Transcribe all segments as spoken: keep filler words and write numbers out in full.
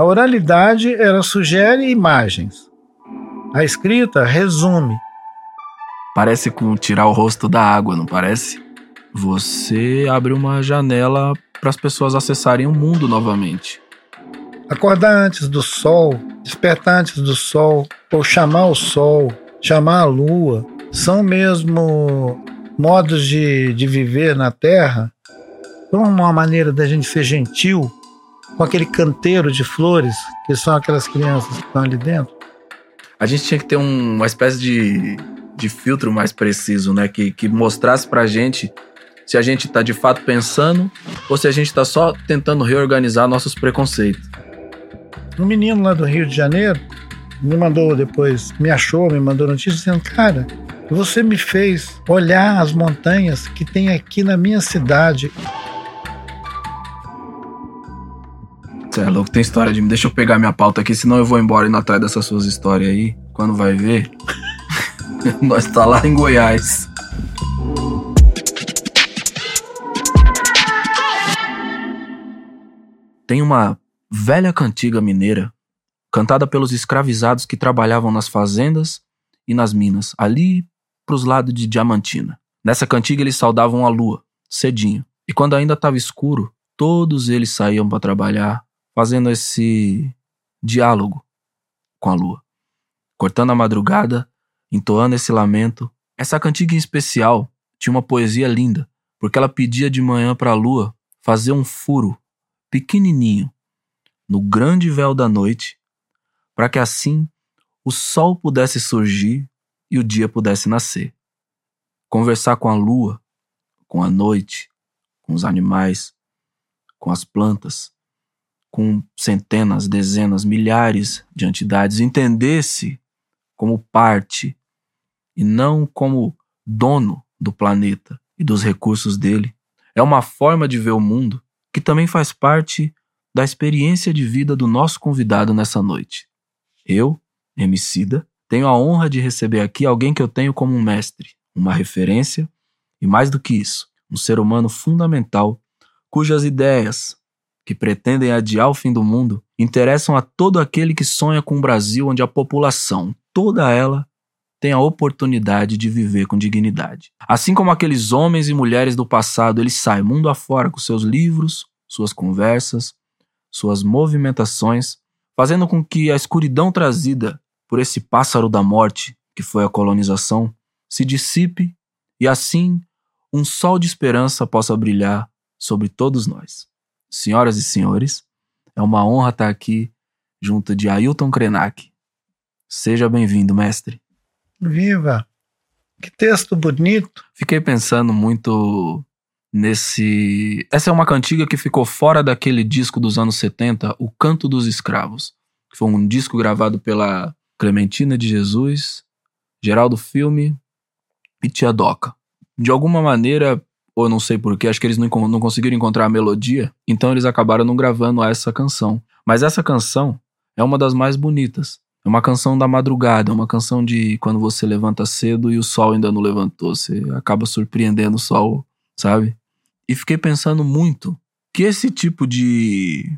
A oralidade, ela sugere imagens. A escrita resume. Parece com tirar o rosto da água, não parece? Você abre uma janela para as pessoas acessarem o mundo novamente. Acordar antes do sol, despertar antes do sol, ou chamar o sol, chamar a lua, são mesmo modos de, de viver na Terra. São uma maneira da gente ser gentil com aquele canteiro de flores, que são aquelas crianças que estão ali dentro. A gente tinha que ter um, uma espécie de, de filtro mais preciso, né? Que, que mostrasse pra gente se a gente tá de fato pensando ou se a gente tá só tentando reorganizar nossos preconceitos. Um menino lá do Rio de Janeiro me mandou depois, me achou, me mandou notícia dizendo: cara, você me fez olhar as montanhas que tem aqui na minha cidade. Você é louco, tem história de mim. Deixa eu pegar minha pauta aqui, senão eu vou embora indo atrás dessas suas histórias aí. Quando vai ver, nós tá lá em Goiás. Tem uma velha cantiga mineira, cantada pelos escravizados que trabalhavam nas fazendas e nas minas, ali pros lados de Diamantina. Nessa cantiga eles saudavam a lua, cedinho. E quando ainda estava escuro, todos eles saíam para trabalhar, fazendo esse diálogo com a lua, cortando a madrugada, entoando esse lamento. Essa cantiga em especial tinha uma poesia linda, porque ela pedia de manhã para a lua fazer um furo pequenininho no grande véu da noite, para que assim o sol pudesse surgir e o dia pudesse nascer. Conversar com a lua, com a noite, com os animais, com as plantas, com centenas, dezenas, milhares de entidades, entender-se como parte e não como dono do planeta e dos recursos dele, é uma forma de ver o mundo que também faz parte da experiência de vida do nosso convidado nessa noite. Eu, Emicida, tenho a honra de receber aqui alguém que eu tenho como um mestre, uma referência e, mais do que isso, um ser humano fundamental cujas ideias, que pretendem adiar o fim do mundo, interessam a todo aquele que sonha com um Brasil onde a população, toda ela, tem a oportunidade de viver com dignidade. Assim como aqueles homens e mulheres do passado, eles saem mundo afora com seus livros, suas conversas, suas movimentações, fazendo com que a escuridão trazida por esse pássaro da morte, que foi a colonização, se dissipe e assim um sol de esperança possa brilhar sobre todos nós. Senhoras e senhores, é uma honra estar aqui junto de Ailton Krenak. Seja bem-vindo, mestre. Viva! Que texto bonito! Fiquei pensando muito nesse... Essa é uma cantiga que ficou fora daquele disco dos anos setenta, O Canto dos Escravos, que foi um disco gravado pela Clementina de Jesus, Geraldo Filme e Tia Doca. De alguma maneira, ou não sei porquê, acho que eles não, não conseguiram encontrar a melodia, então eles acabaram não gravando essa canção. Mas essa canção é uma das mais bonitas. É uma canção da madrugada, é uma canção de quando você levanta cedo e o sol ainda não levantou. Você acaba surpreendendo o sol, sabe? E fiquei pensando muito que esse tipo de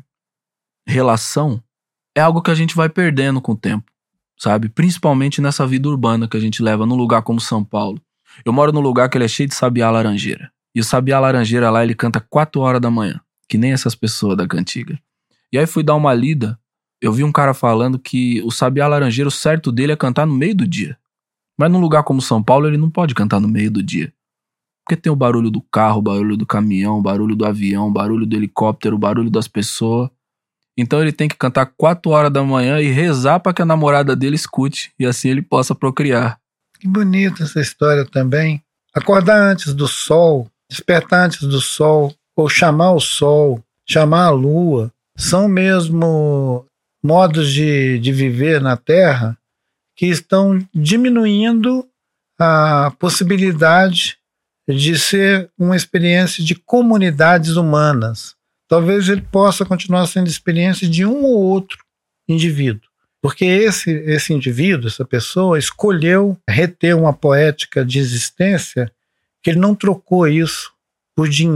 relação é algo que a gente vai perdendo com o tempo, sabe? Principalmente nessa vida urbana que a gente leva num lugar como São Paulo. Eu moro num lugar que ele é cheio de sabiá laranjeira. E o sabiá laranjeira lá, ele canta quatro horas da manhã, que nem essas pessoas da cantiga. E aí fui dar uma lida, eu vi um cara falando que o sabiá laranjeiro, o certo dele é cantar no meio do dia. Mas num lugar como São Paulo, ele não pode cantar no meio do dia. Porque tem o barulho do carro, o barulho do caminhão, o barulho do avião, o barulho do helicóptero, o barulho das pessoas. Então ele tem que cantar quatro horas da manhã e rezar para que a namorada dele escute, e assim ele possa procriar. Que bonita essa história também. Acordar antes do sol, despertar antes do sol, ou chamar o sol, chamar a lua, são mesmo modos de, de viver na Terra que estão diminuindo a possibilidade de ser uma experiência de comunidades humanas. Talvez ele possa continuar sendo experiência de um ou outro indivíduo, porque esse, esse indivíduo, essa pessoa, escolheu reter uma poética de existência que ele não trocou isso por dinheiro.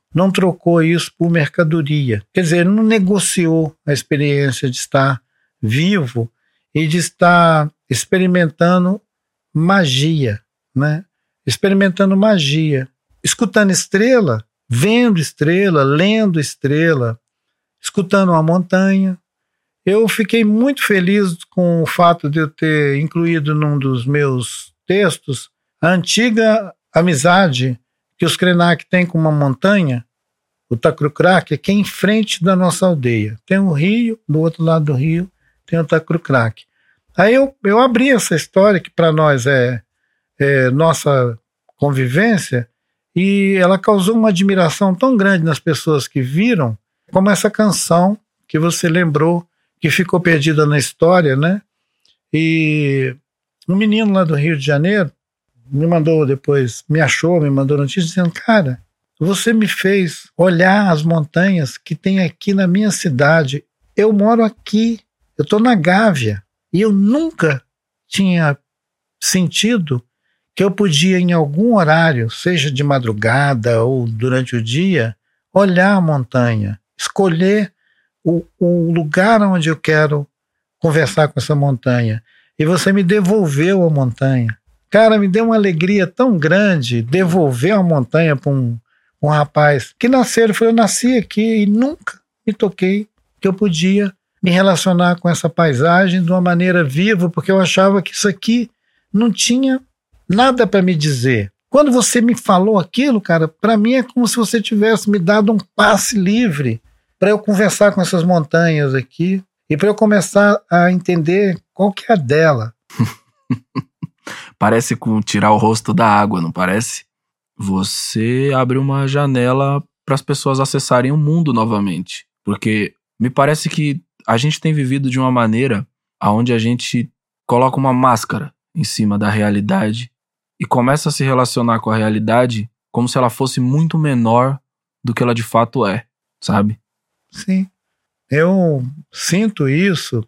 não trocou isso por mercadoria. Quer dizer, ele não negociou a experiência de estar vivo e de estar experimentando magia, né? Experimentando magia, escutando estrela, vendo estrela, lendo estrela, escutando uma montanha. Eu fiquei muito feliz com o fato de eu ter incluído num dos meus textos a antiga amizade que os Krenak têm com uma montanha, o Tacrucrac, que é em frente da nossa aldeia. Tem um rio, do outro lado do rio tem o Tacrucrac. Aí eu, eu abri essa história, que para nós é, é nossa convivência, e ela causou uma admiração tão grande nas pessoas que viram, como essa canção que você lembrou, que ficou perdida na história, né? E um menino lá do Rio de Janeiro me mandou depois, me achou, me mandou notícia dizendo, cara, você me fez olhar as montanhas que tem aqui na minha cidade. Eu moro aqui, eu estou na Gávea, e eu nunca tinha sentido que eu podia, em algum horário, seja de madrugada ou durante o dia, olhar a montanha, escolher o, o lugar onde eu quero conversar com essa montanha. E você me devolveu a montanha. Cara, me deu uma alegria tão grande devolver a montanha para um, um rapaz que nasceu. Ele falou, eu nasci aqui e nunca me toquei que eu podia me relacionar com essa paisagem de uma maneira viva, porque eu achava que isso aqui não tinha nada para me dizer. Quando você me falou aquilo, cara, para mim é como se você tivesse me dado um passe livre para eu conversar com essas montanhas aqui e para eu começar a entender qual que é a dela. Parece com tirar o rosto da água, não parece? Você abre uma janela para as pessoas acessarem o mundo novamente. Porque me parece que a gente tem vivido de uma maneira onde a gente coloca uma máscara em cima da realidade e começa a se relacionar com a realidade como se ela fosse muito menor do que ela de fato é, sabe? Sim, eu sinto isso.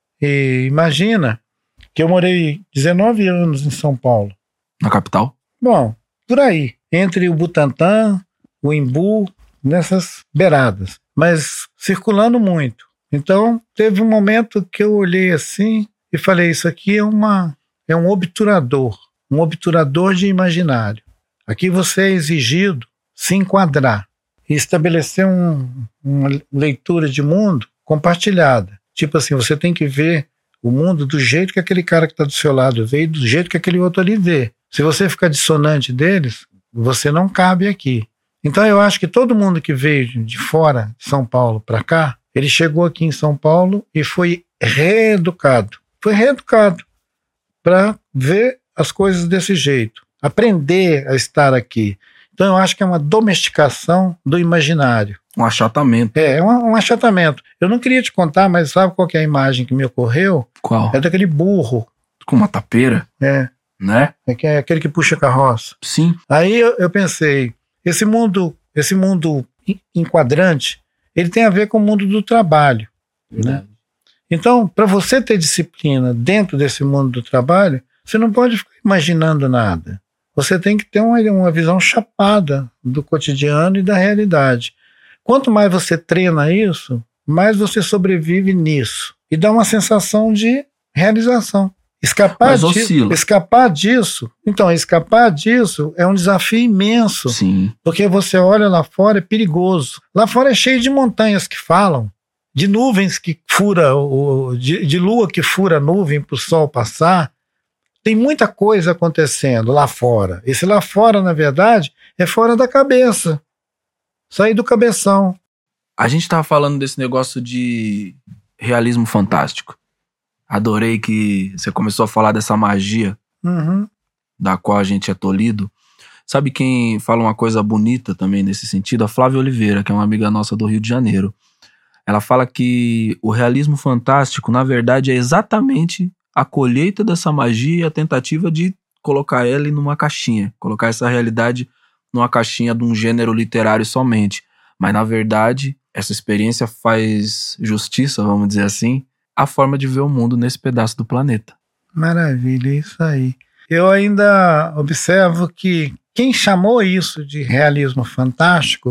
E imagina que eu morei dezenove anos em São Paulo. Na capital? Bom, por aí, entre o Butantã, o Imbu, nessas beiradas, mas circulando muito. Então, teve um momento que eu olhei assim e falei, isso aqui é, uma, é um obturador, um obturador de imaginário. Aqui você é exigido se enquadrar e estabelecer um, uma leitura de mundo compartilhada. Tipo assim, você tem que ver o mundo do jeito que aquele cara que está do seu lado vê e do jeito que aquele outro ali vê. Se você ficar dissonante deles, você não cabe aqui. Então eu acho que todo mundo que veio de fora de São Paulo para cá, ele chegou aqui em São Paulo e foi reeducado. Foi reeducado para ver as coisas desse jeito, aprender a estar aqui. Então eu acho que é uma domesticação do imaginário. Um achatamento. É, é um, um achatamento. Eu não queria te contar, mas sabe qual que é a imagem que me ocorreu? Qual? É daquele burro. Com uma tapeira? É. Né? É, que é aquele que puxa carroça. Sim. Aí eu, eu pensei, esse mundo, esse mundo enquadrante, ele tem a ver com o mundo do trabalho. Né? Então, para você ter disciplina dentro desse mundo do trabalho, você não pode ficar imaginando nada. Você tem que ter uma, uma visão chapada do cotidiano e da realidade. Quanto mais você treina isso, mais você sobrevive nisso. E dá uma sensação de realização. Escapar, di- escapar disso, então, escapar disso é um desafio imenso. Sim. Porque você olha lá fora, é perigoso. Lá fora é cheio de montanhas que falam, de nuvens que fura, o, de, de lua que fura a nuvem para o sol passar. Tem muita coisa acontecendo lá fora. Esse lá fora, na verdade, é fora da cabeça. Sair do cabeção. A gente estava falando desse negócio de realismo fantástico. Adorei que você começou a falar dessa magia uhum. da qual a gente é tolhido. Sabe quem fala uma coisa bonita também nesse sentido? A Flávia Oliveira, que é uma amiga nossa do Rio de Janeiro. Ela fala que o realismo fantástico, na verdade, é exatamente a colheita dessa magia e a tentativa de colocar ela numa caixinha. Colocar essa realidade numa caixinha de um gênero literário somente. Mas, na verdade, essa experiência faz justiça, vamos dizer assim, à forma de ver o mundo nesse pedaço do planeta. Maravilha, isso aí. Eu ainda observo que quem chamou isso de realismo fantástico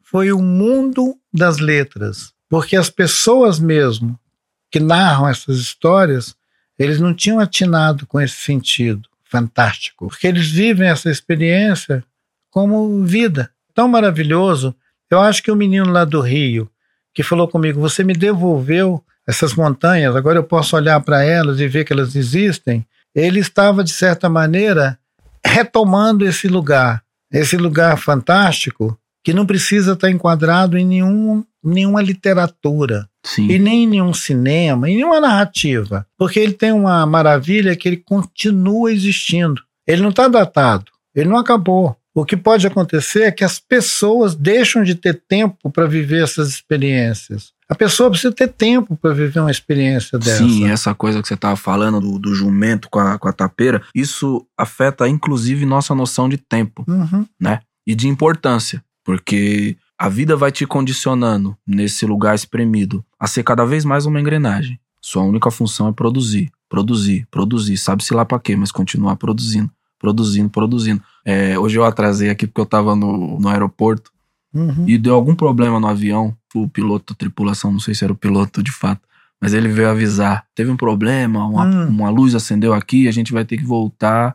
foi o mundo das letras, porque as pessoas mesmo que narram essas histórias, eles não tinham atinado com esse sentido fantástico, porque eles vivem essa experiência como vida. Tão maravilhoso. Eu acho que o menino lá do Rio, que falou comigo, você me devolveu essas montanhas, agora eu posso olhar para elas e ver que elas existem, ele estava, de certa maneira, retomando esse lugar, esse lugar fantástico, que não precisa estar enquadrado em nenhum, nenhuma literatura, Sim. e nem em nenhum cinema, em nenhuma narrativa, porque ele tem uma maravilha que ele continua existindo. Ele não está datado, ele não acabou. O que pode acontecer é que as pessoas deixam de ter tempo para viver essas experiências. A pessoa precisa ter tempo para viver uma experiência dessa. Sim, essa coisa que você estava falando do, do jumento com a, com a tapeira, isso afeta inclusive nossa noção de tempo, uhum. né? E de importância, porque a vida vai te condicionando nesse lugar espremido a ser cada vez mais uma engrenagem. Sua única função é produzir, produzir, produzir, sabe-se lá para quê, mas continuar produzindo. Produzindo, produzindo. É, hoje eu atrasei aqui porque eu tava no, no aeroporto uhum. e deu algum problema no avião. O piloto, a tripulação, não sei se era o piloto de fato, mas ele veio avisar. Teve um problema, uma, hum. uma luz acendeu aqui, a gente vai ter que voltar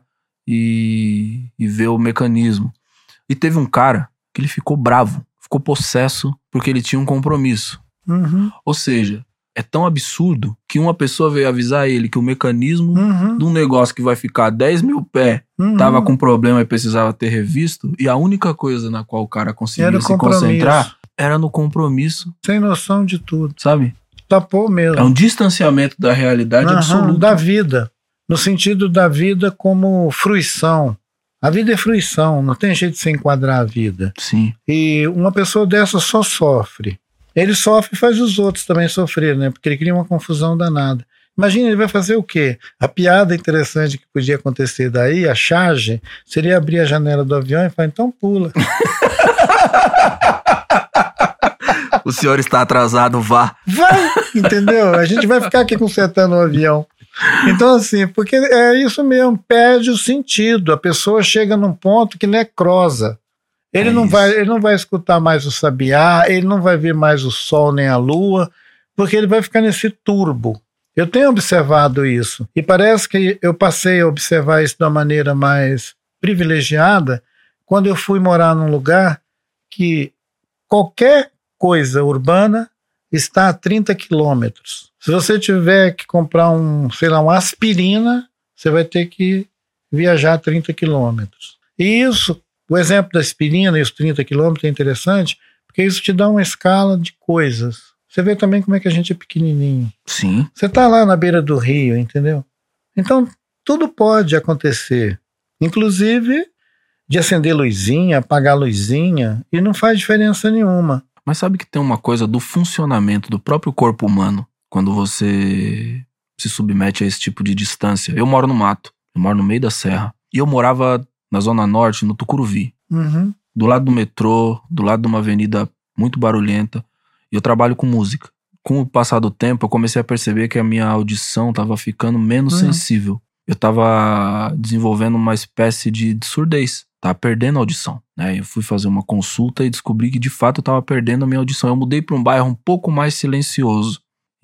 e, e ver o mecanismo. E teve um cara que ele ficou bravo, ficou possesso porque ele tinha um compromisso. Uhum. Ou seja, é tão absurdo que uma pessoa veio avisar ele que o mecanismo uhum. de um negócio que vai ficar dez mil pés uhum. tava com problema e precisava ter revisto, e a única coisa na qual o cara conseguia era se concentrar era no compromisso. Sem noção de tudo. Sabe? Tapou mesmo. É um distanciamento da realidade uhum. absoluto. Da vida. No sentido da vida como fruição. A vida é fruição, não tem jeito de se enquadrar a vida. Sim. E uma pessoa dessa só sofre. Ele sofre e faz os outros também sofrer, né? Porque ele cria uma confusão danada. Imagina, ele vai fazer o quê? A piada interessante que podia acontecer daí, a charge, seria abrir a janela do avião e falar, então pula. O senhor está atrasado, vá. Vai, entendeu? A gente vai ficar aqui consertando o avião. Então, assim, porque é isso mesmo, perde o sentido. A pessoa chega num ponto que necrosa. Ele, é não vai, ele não vai escutar mais o sabiá, ele não vai ver mais o sol nem a lua, porque ele vai ficar nesse turbo. Eu tenho observado isso, e parece que eu passei a observar isso de uma maneira mais privilegiada quando eu fui morar num lugar que qualquer coisa urbana está a trinta quilômetros. Se você tiver que comprar um, sei lá, uma aspirina, você vai ter que viajar trinta quilômetros. E isso, o exemplo da aspirina e os trinta quilômetros é interessante, porque isso te dá uma escala de coisas. Você vê também como é que a gente é pequenininho. Sim. Você está lá na beira do rio, entendeu? Então, tudo pode acontecer. Inclusive, de acender luzinha, apagar luzinha, e não faz diferença nenhuma. Mas sabe que tem uma coisa do funcionamento do próprio corpo humano, quando você se submete a esse tipo de distância. Eu moro no mato, eu moro no meio da serra, e eu morava na Zona Norte, no Tucuruvi, uhum. do lado do metrô, do lado de uma avenida muito barulhenta, e eu trabalho com música. Com o passar do tempo, eu comecei a perceber que a minha audição estava ficando menos uhum. sensível. Eu estava desenvolvendo uma espécie de, de surdez, estava perdendo a audição, né? Eu fui fazer uma consulta e descobri que de fato eu estava perdendo a minha audição. Eu mudei para um bairro um pouco mais silencioso,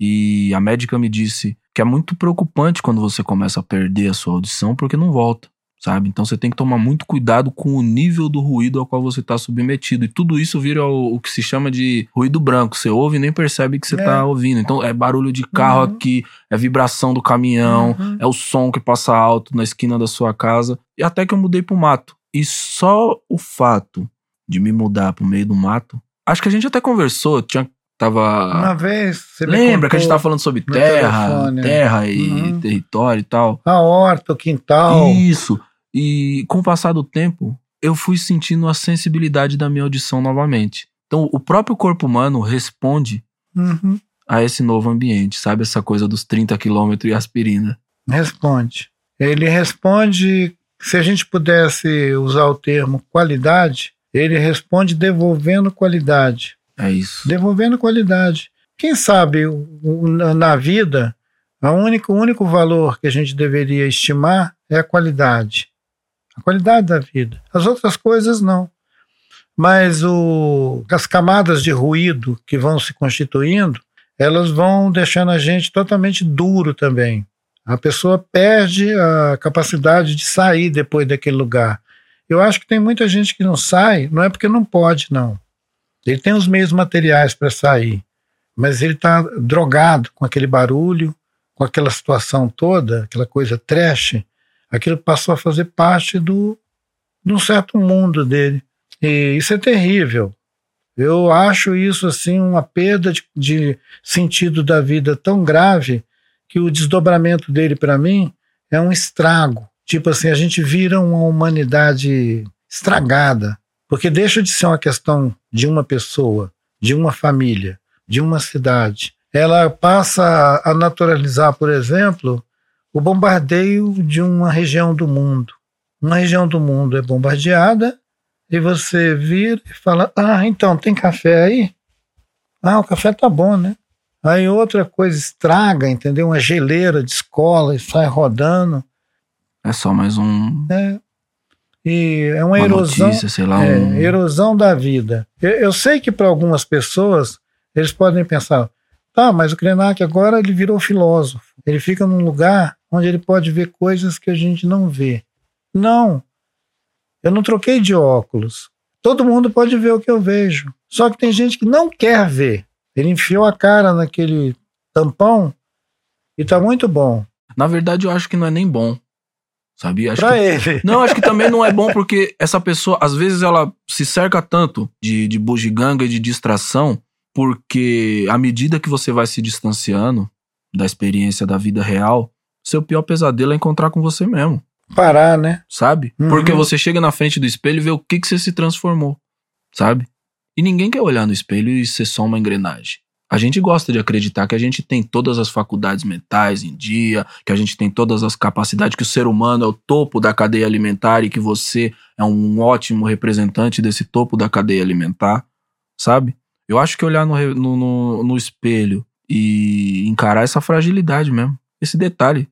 e a médica me disse que é muito preocupante quando você começa a perder a sua audição, porque não volta, sabe? Então você tem que tomar muito cuidado com o nível do ruído ao qual você está submetido. E tudo isso vira o, o que se chama de ruído branco. Você ouve e nem percebe que você está É. ouvindo. Então é barulho de carro Uhum. aqui, é vibração do caminhão, Uhum. é o som que passa alto na esquina da sua casa. E até que eu mudei pro mato. E só o fato de me mudar pro meio do mato... Acho que a gente até conversou, tinha... Tava... Uma vez você me Lembra que a gente contou tava falando sobre no terra, telefone, terra e Uhum. território e tal. a horta, o quintal. Isso. E com o passar do tempo, eu fui sentindo a sensibilidade da minha audição novamente. Então, o próprio corpo humano responde Uhum. a esse novo ambiente, sabe? Essa coisa dos trinta quilômetros e aspirina. Responde. Ele responde, se a gente pudesse usar o termo qualidade, ele responde devolvendo qualidade. É isso. Devolvendo qualidade. Quem sabe o- o- na vida, a única, o único valor que a gente deveria estimar é a qualidade. A qualidade da vida. As outras coisas não. mas o, as camadas de ruído que vão se constituindo, elas vão deixando a gente totalmente duro também. A pessoa perde a capacidade de sair depois daquele lugar. Eu acho que tem muita gente que não sai, não é porque não pode, não. Ele tem os meios materiais para sair, mas ele está drogado com aquele barulho, com aquela situação toda, aquela coisa trash. Aquilo passou a fazer parte do, de um certo mundo dele. E isso é terrível. Eu acho isso assim uma perda de, de sentido da vida tão grave que o desdobramento dele para mim é um estrago. Tipo assim, a gente vira uma humanidade estragada, porque deixa de ser uma questão de uma pessoa, de uma família, de uma cidade. Ela passa a naturalizar, por exemplo, o bombardeio de uma região do mundo. Uma região do mundo é bombardeada e você vira e fala, ah, então, tem café aí? Ah, o café tá bom, né? Aí outra coisa estraga, entendeu? Uma geleira de escola e sai rodando. É só mais um... É. E é uma, uma erosão, notícia, sei lá. É, um... erosão da vida. Eu, eu sei que para algumas pessoas, eles podem pensar, tá, mas o Krenak agora ele virou filósofo. Ele fica num lugar onde ele pode ver coisas que a gente não vê. Não. Eu não troquei de óculos. Todo mundo pode ver o que eu vejo. Só que tem gente que não quer ver. Ele enfiou a cara naquele tampão e tá muito bom. Na verdade, eu acho que não é nem bom. Sabia? Acho pra que... ele. Não, acho que também não é bom porque essa pessoa, às vezes, ela se cerca tanto de, de bugiganga e de distração, porque à medida que você vai se distanciando da experiência da vida real, seu pior pesadelo é encontrar com você mesmo. Parar, né? Sabe? Uhum. Porque você chega na frente do espelho e vê o que, que você se transformou. Sabe? E ninguém quer olhar no espelho e ser só uma engrenagem. A gente gosta de acreditar que a gente tem todas as faculdades mentais em dia, que a gente tem todas as capacidades, que o ser humano é o topo da cadeia alimentar e que você é um ótimo representante desse topo da cadeia alimentar, sabe? Eu acho que olhar no, no, no, no espelho e encarar essa fragilidade mesmo, esse detalhe,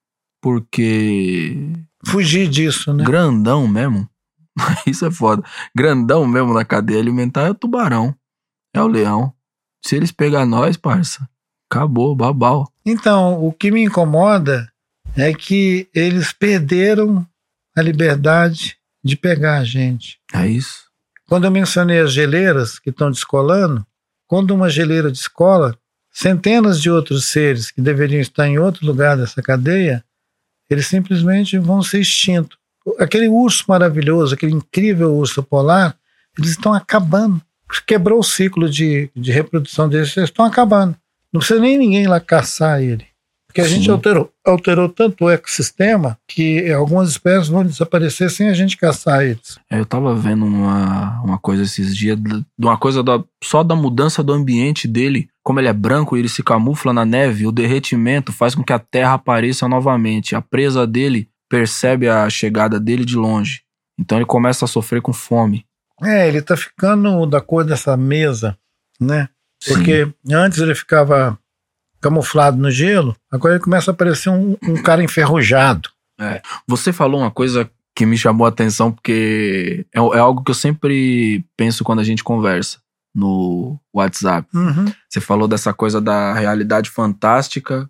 porque... Fugir disso, né? Grandão mesmo, isso é foda, grandão mesmo na cadeia alimentar é o tubarão, é o leão. Se eles pegar nós, parça, acabou, babau. Então, o que me incomoda é que eles perderam a liberdade de pegar a gente. É isso. Quando eu mencionei as geleiras que estão descolando, quando uma geleira descola, centenas de outros seres que deveriam estar em outro lugar dessa cadeia, eles simplesmente vão ser extintos. Aquele urso maravilhoso, aquele incrível urso polar, eles estão acabando. Quebrou o ciclo de, de reprodução deles, eles estão acabando. Não precisa nem ninguém lá caçar ele. Porque a Sim. gente alterou, alterou tanto o ecossistema que algumas espécies vão desaparecer sem a gente caçar eles. É, eu tava vendo uma, uma coisa esses dias, de uma coisa da, só da mudança do ambiente dele. Como ele é branco e ele se camufla na neve, o derretimento faz com que a terra apareça novamente. A presa dele percebe a chegada dele de longe. Então ele começa a sofrer com fome. É, ele tá ficando da cor dessa mesa, né? Porque Sim. antes ele ficava camuflado no gelo, agora ele começa a aparecer um, um cara enferrujado. É. Você falou uma coisa que me chamou a atenção, porque é, é algo que eu sempre penso quando a gente conversa no WhatsApp. Uhum. Você falou dessa coisa da realidade fantástica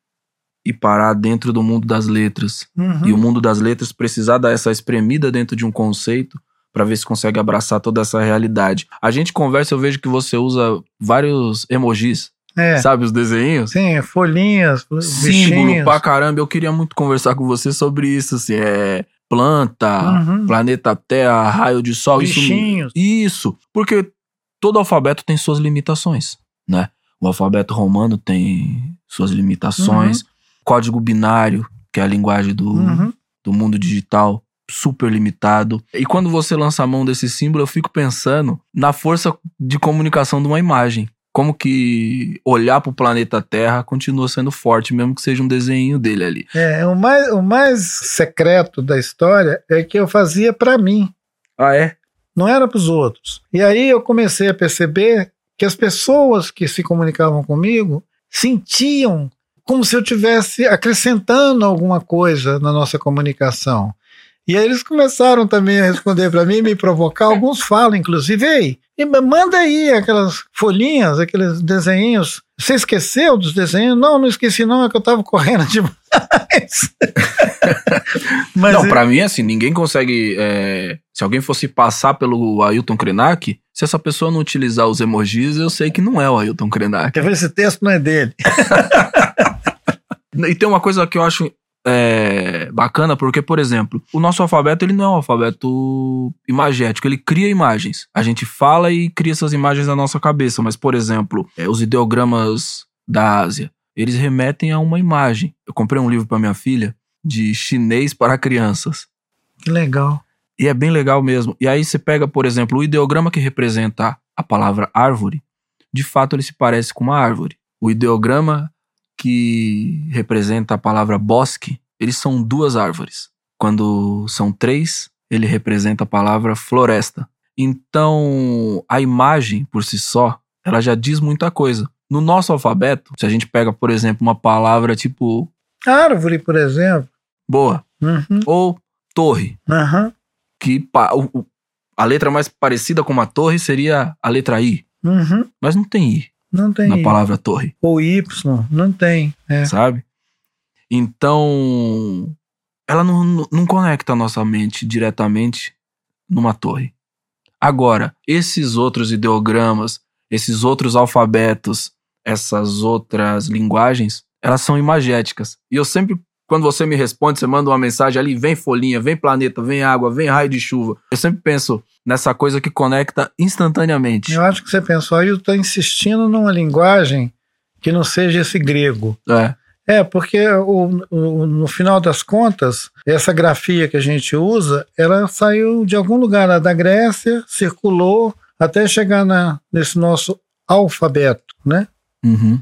e parar dentro do mundo das letras. Uhum. E o mundo das letras precisar dar essa espremida dentro de um conceito para ver se consegue abraçar toda essa realidade. A gente conversa, eu vejo que você usa vários emojis, é. sabe, os desenhos? Sim, folhinhas, símbolo bichinhos. Pra caramba. Eu queria muito conversar com você sobre isso, assim, é planta, uhum. planeta Terra, raio de sol. Bichinhos. Isso, isso, porque todo alfabeto tem suas limitações, né? O alfabeto romano tem suas limitações, uhum. código binário, que é a linguagem do, uhum. do mundo digital, super limitado. E quando você lança a mão desse símbolo, eu fico pensando na força de comunicação de uma imagem. Como que olhar pro planeta Terra continua sendo forte, mesmo que seja um desenho dele ali. É, o mais, o mais secreto da história é que eu fazia pra mim. Ah, é? Não era pros outros. E aí eu comecei a perceber que as pessoas que se comunicavam comigo sentiam como se eu estivesse acrescentando alguma coisa na nossa comunicação. E aí eles começaram também a responder para mim, me provocar. Alguns falam, inclusive, ei, manda aí aquelas folhinhas, aqueles desenhinhos. Você esqueceu dos desenhos? Não, não esqueci não, é que eu tava correndo demais. Mas não, é... pra mim, assim, ninguém consegue... É, se alguém fosse passar pelo Ailton Krenak, se essa pessoa não utilizar os emojis, eu sei que não é o Ailton Krenak. Quer ver, esse texto não é dele. E tem uma coisa que eu acho é, bacana, porque, por exemplo, o nosso alfabeto, ele não é um alfabeto imagético, ele cria imagens. A gente fala e cria essas imagens na nossa cabeça, mas, por exemplo, é, os ideogramas da Ásia, eles remetem a uma imagem. Eu comprei um livro para minha filha de chinês para crianças. Que legal. E é bem legal mesmo. E aí você pega, por exemplo, o ideograma que representa a palavra árvore, de fato ele se parece com uma árvore. O ideograma que representa a palavra bosque, eles são duas árvores. Quando são três, ele representa a palavra floresta. Então, a imagem por si só, ela já diz muita coisa. No nosso alfabeto, se a gente pega, por exemplo, uma palavra tipo... árvore, por exemplo. Boa. Uhum. Ou torre. Uhum. Que o, a letra mais parecida com uma torre seria a letra I. Uhum. Mas não tem I. Não tem na I. palavra torre. Ou Y, não tem. É. Sabe? Então, ela não, não conecta a nossa mente diretamente numa torre. Agora, esses outros ideogramas, esses outros alfabetos, essas outras linguagens, elas são imagéticas. E eu sempre, quando você me responde, você manda uma mensagem ali, vem folhinha, vem planeta, vem água, vem raio de chuva. Eu sempre penso nessa coisa que conecta instantaneamente. Eu acho que você pensou, aí eu estou insistindo numa linguagem que não seja esse grego. É. É, porque o, o, no final das contas, essa grafia que a gente usa, ela saiu de algum lugar lá da Grécia, circulou até chegar na, nesse nosso alfabeto, né? Uhum.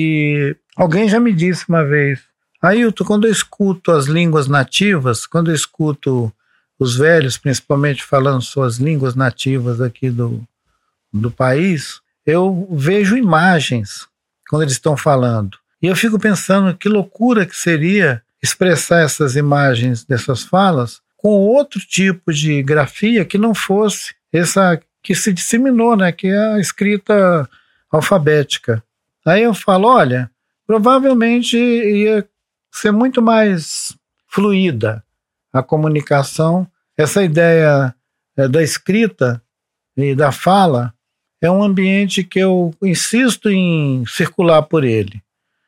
E alguém já me disse uma vez, Ailton, quando eu escuto as línguas nativas, quando eu escuto os velhos, principalmente, falando suas línguas nativas aqui do, do país, eu vejo imagens quando eles estão falando. E eu fico pensando que loucura que seria expressar essas imagens dessas falas com outro tipo de grafia que não fosse essa que se disseminou, né, que é a escrita alfabética. Aí eu falo, olha, provavelmente ia ser muito mais fluida a comunicação. Essa ideia é, da escrita e da fala é um ambiente que eu insisto em circular por ele.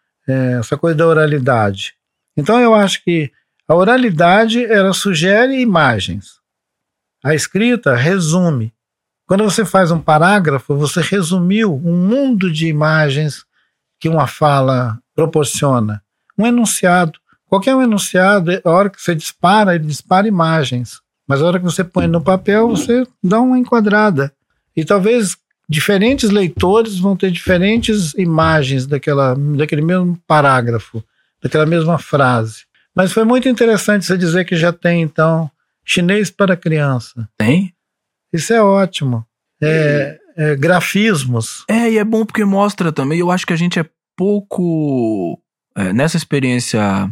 É, essa coisa da oralidade. Então eu acho que a oralidade ela sugere imagens. A escrita resume. Quando você faz um parágrafo, você resumiu um mundo de imagens que uma fala proporciona. Um enunciado. Qualquer um enunciado, a hora que você dispara, ele dispara imagens. Mas a hora que você põe no papel, você dá uma enquadrada. E talvez diferentes leitores vão ter diferentes imagens daquela, daquele mesmo parágrafo, daquela mesma frase. Mas foi muito interessante você dizer que já tem, então, chinês para criança. Tem? Isso é ótimo. É, é, grafismos. É, e é bom porque mostra também, eu acho que a gente é pouco... É, nessa experiência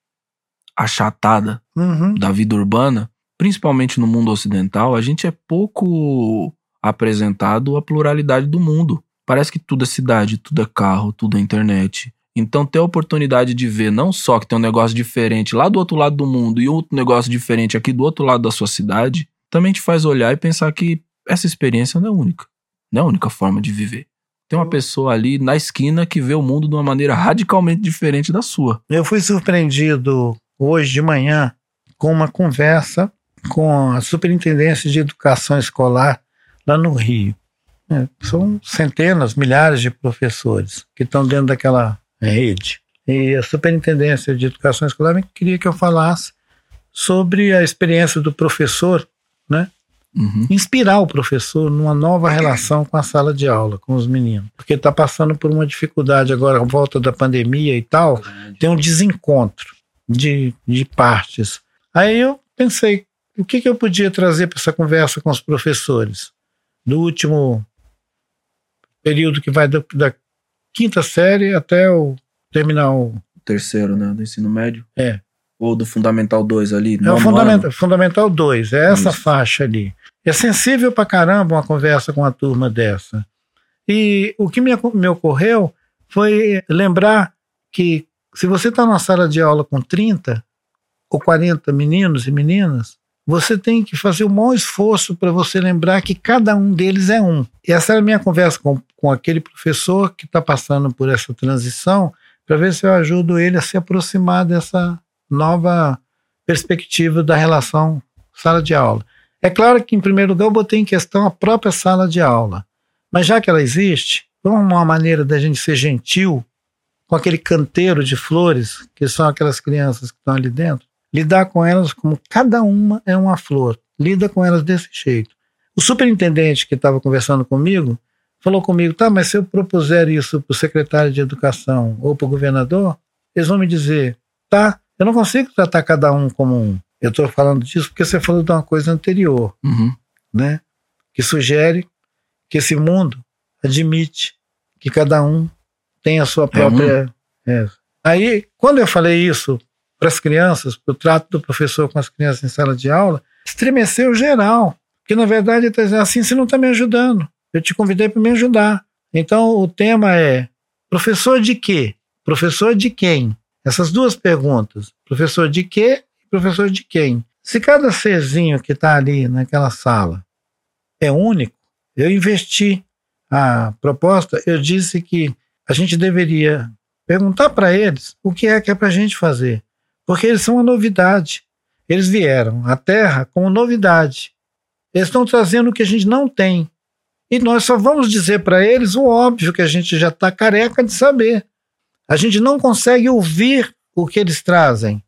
achatada uhum. da vida urbana, principalmente no mundo ocidental, a gente é pouco apresentado a pluralidade do mundo. Parece que tudo é cidade, tudo é carro, tudo é internet. Então ter a oportunidade de ver não só que tem um negócio diferente lá do outro lado do mundo e outro negócio diferente aqui do outro lado da sua cidade, também te faz olhar e pensar que essa experiência não é única. Não é a única forma de viver. Tem uma pessoa ali na esquina que vê o mundo de uma maneira radicalmente diferente da sua. Eu fui surpreendido hoje de manhã com uma conversa com a Superintendência de Educação Escolar lá no Rio. É, são centenas, milhares de professores que estão dentro daquela rede. E a Superintendência de Educação Escolar queria que eu falasse sobre a experiência do professor, né? Uhum. Inspirar o professor numa nova relação com a sala de aula, com os meninos. Porque está passando por uma dificuldade agora, a volta da pandemia e tal, tem um desencontro de, de partes. Aí eu pensei, o que, que eu podia trazer para essa conversa com os professores? Do último período que vai da, da quinta série até o terminar o... Terceiro, né, do ensino médio. É. Ou do Fundamental dois ali? É o fundamental, Fundamental dois, é essa Isso. faixa ali. É sensível pra caramba uma conversa com uma turma dessa. E o que me, me ocorreu foi lembrar que se você está numa sala de aula com trinta ou quarenta meninos e meninas, você tem que fazer o maior esforço para você lembrar que cada um deles é um. E essa era a minha conversa com, com aquele professor que está passando por essa transição, para ver se eu ajudo ele a se aproximar dessa nova perspectiva da relação sala de aula. É claro que, em primeiro lugar, eu botei em questão a própria sala de aula. Mas já que ela existe, vamos uma maneira da gente ser gentil com aquele canteiro de flores, que são aquelas crianças que estão ali dentro, lidar com elas como cada uma é uma flor. Lida com elas desse jeito. O superintendente que estava conversando comigo falou comigo, tá, mas se eu propuser isso para o secretário de Educação ou para o governador, eles vão me dizer, tá, eu não consigo tratar cada um como um. Eu estou falando disso porque você falou de uma coisa anterior, uhum. né, que sugere que esse mundo admite que cada um tem a sua própria... É um... é. Aí, quando eu falei isso para as crianças, para o trato do professor com as crianças em sala de aula, estremeceu geral, porque na verdade ele está dizendo assim, você não está me ajudando, eu te convidei para me ajudar. Então o tema é, professor de quê? Professor de quem? Essas duas perguntas, professor de quê e professor de quem? Se cada serzinho que está ali naquela sala é único, eu investi a proposta, eu disse que a gente deveria perguntar para eles o que é que é para a gente fazer, porque eles são uma novidade. Eles vieram à Terra como novidade. Eles estão trazendo o que a gente não tem. E nós só vamos dizer para eles o óbvio que a gente já está careca de saber. A gente não consegue ouvir o que eles trazem.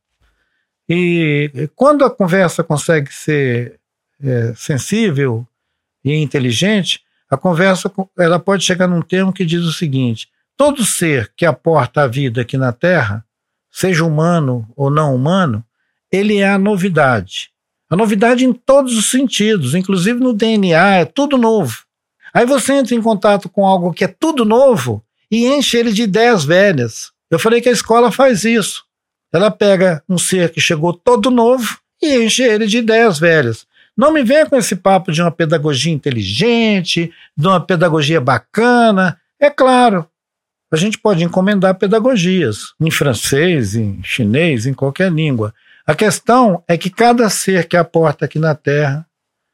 E quando a conversa consegue ser é, sensível e inteligente, a conversa ela pode chegar num termo que diz o seguinte: todo ser que aporta a vida aqui na Terra, seja humano ou não humano, ele é a novidade. A novidade em todos os sentidos, inclusive no D N A, é tudo novo. Aí você entra em contato com algo que é tudo novo e enche ele de ideias velhas. Eu falei que a escola faz isso. Ela pega um ser que chegou todo novo e enche ele de ideias velhas. Não me venha com esse papo de uma pedagogia inteligente, de uma pedagogia bacana. É claro, a gente pode encomendar pedagogias em francês, em chinês, em qualquer língua. A questão é que cada ser que aporta aqui na Terra,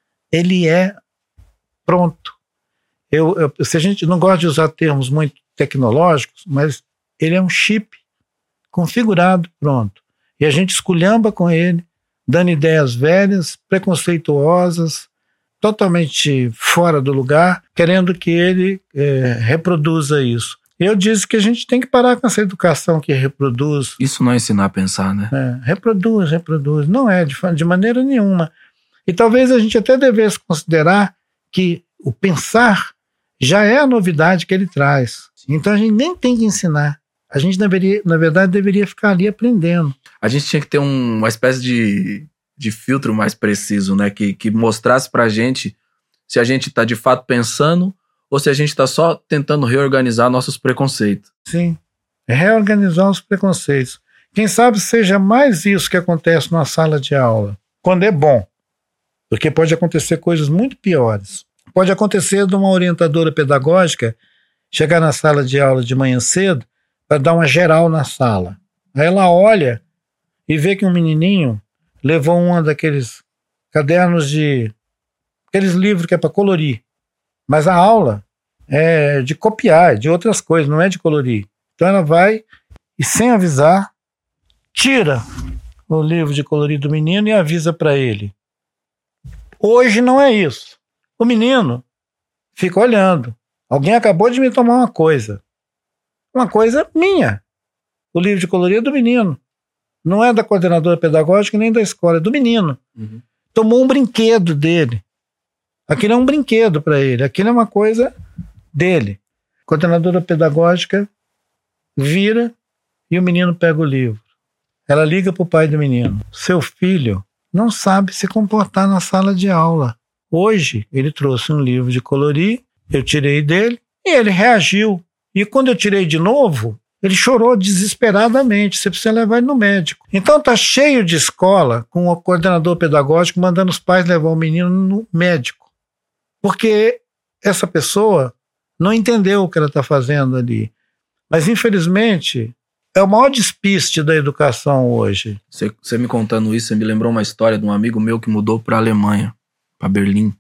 ele é pronto. Eu, eu, se a gente não gosta de usar termos muito tecnológicos, mas ele é um chip configurado, pronto. E a gente esculhamba com ele, dando ideias velhas, preconceituosas, totalmente fora do lugar, querendo que ele é, reproduza isso. Eu disse que a gente tem que parar com essa educação que reproduz. Isso não é ensinar a pensar, né? É, reproduz, reproduz. Não é, de, de maneira nenhuma. E talvez a gente até devesse considerar que o pensar já é a novidade que ele traz. Então a gente nem tem que ensinar. A gente, deveria, na verdade, deveria ficar ali aprendendo. A gente tinha que ter um, uma espécie de, de filtro mais preciso, né? Que, que mostrasse pra gente se a gente está de fato pensando ou se a gente está só tentando reorganizar nossos preconceitos. Sim, é reorganizar os preconceitos. Quem sabe seja mais isso que acontece numa sala de aula, quando é bom, porque pode acontecer coisas muito piores. Pode acontecer de uma orientadora pedagógica chegar na sala de aula de manhã cedo para dar uma geral na sala. Aí ela olha e vê que um menininho levou um daqueles cadernos de... aqueles livros que é para colorir. Mas a aula é de copiar, de outras coisas, não é de colorir. Então ela vai e, sem avisar, tira o livro de colorir do menino e avisa para ele. Hoje não é isso. O menino fica olhando. Alguém acabou de me tomar uma coisa. Uma coisa minha. O livro de colorir é do menino. Não é da coordenadora pedagógica nem da escola, é do menino. Uhum. Tomou um brinquedo dele. Aquilo é um brinquedo para ele, aquilo é uma coisa dele. A coordenadora pedagógica vira e o menino pega o livro. Ela liga para o pai do menino. Seu filho não sabe se comportar na sala de aula. Hoje ele trouxe um livro de colorir, eu tirei dele e ele reagiu. E quando eu tirei de novo, Ele chorou desesperadamente, você precisa levar ele no médico. Então tá cheio de escola com o coordenador pedagógico mandando os pais levar o menino no médico. Porque essa pessoa não entendeu o que ela está fazendo ali. Mas, infelizmente, é o maior despiste da educação hoje. Você, você me contando isso, você me lembrou uma história de um amigo meu que mudou para a Alemanha, para Berlim,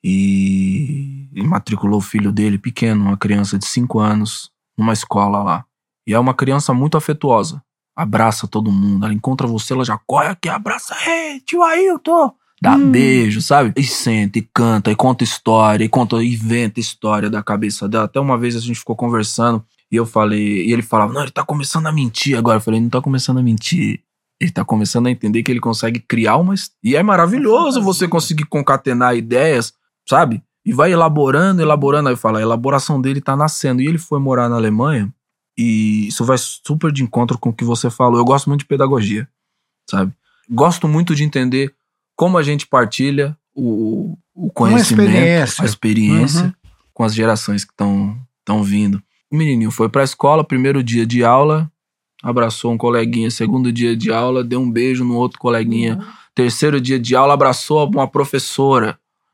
e, e matriculou o filho dele, pequeno, uma criança de cinco anos, numa escola lá. E é uma criança muito afetuosa. Abraça todo mundo. Ela encontra você, ela já corre aqui, abraça. Ei, tio Ailton! Dá hum. beijo, sabe? E senta, e canta, e conta história, e conta, e inventa história da cabeça dela. Até uma vez a gente ficou conversando, e eu falei, e ele falava, não, ele tá começando a mentir agora. Eu falei, não tá começando a mentir. Ele tá começando a entender que ele consegue criar uma... E é maravilhoso você conseguir concatenar ideias, sabe? E vai elaborando, elaborando. Aí fala, a elaboração dele tá nascendo. E ele foi morar na Alemanha, e isso vai super de encontro com o que você falou. Eu gosto muito de pedagogia, sabe? Gosto muito de entender como a gente partilha o, o conhecimento, experiência. a experiência uhum. com as gerações que estão vindo. O menininho foi pra escola, primeiro dia de aula, abraçou um coleguinha, segundo dia de aula, deu um beijo no outro coleguinha, uhum. terceiro dia de aula, abraçou uma professora.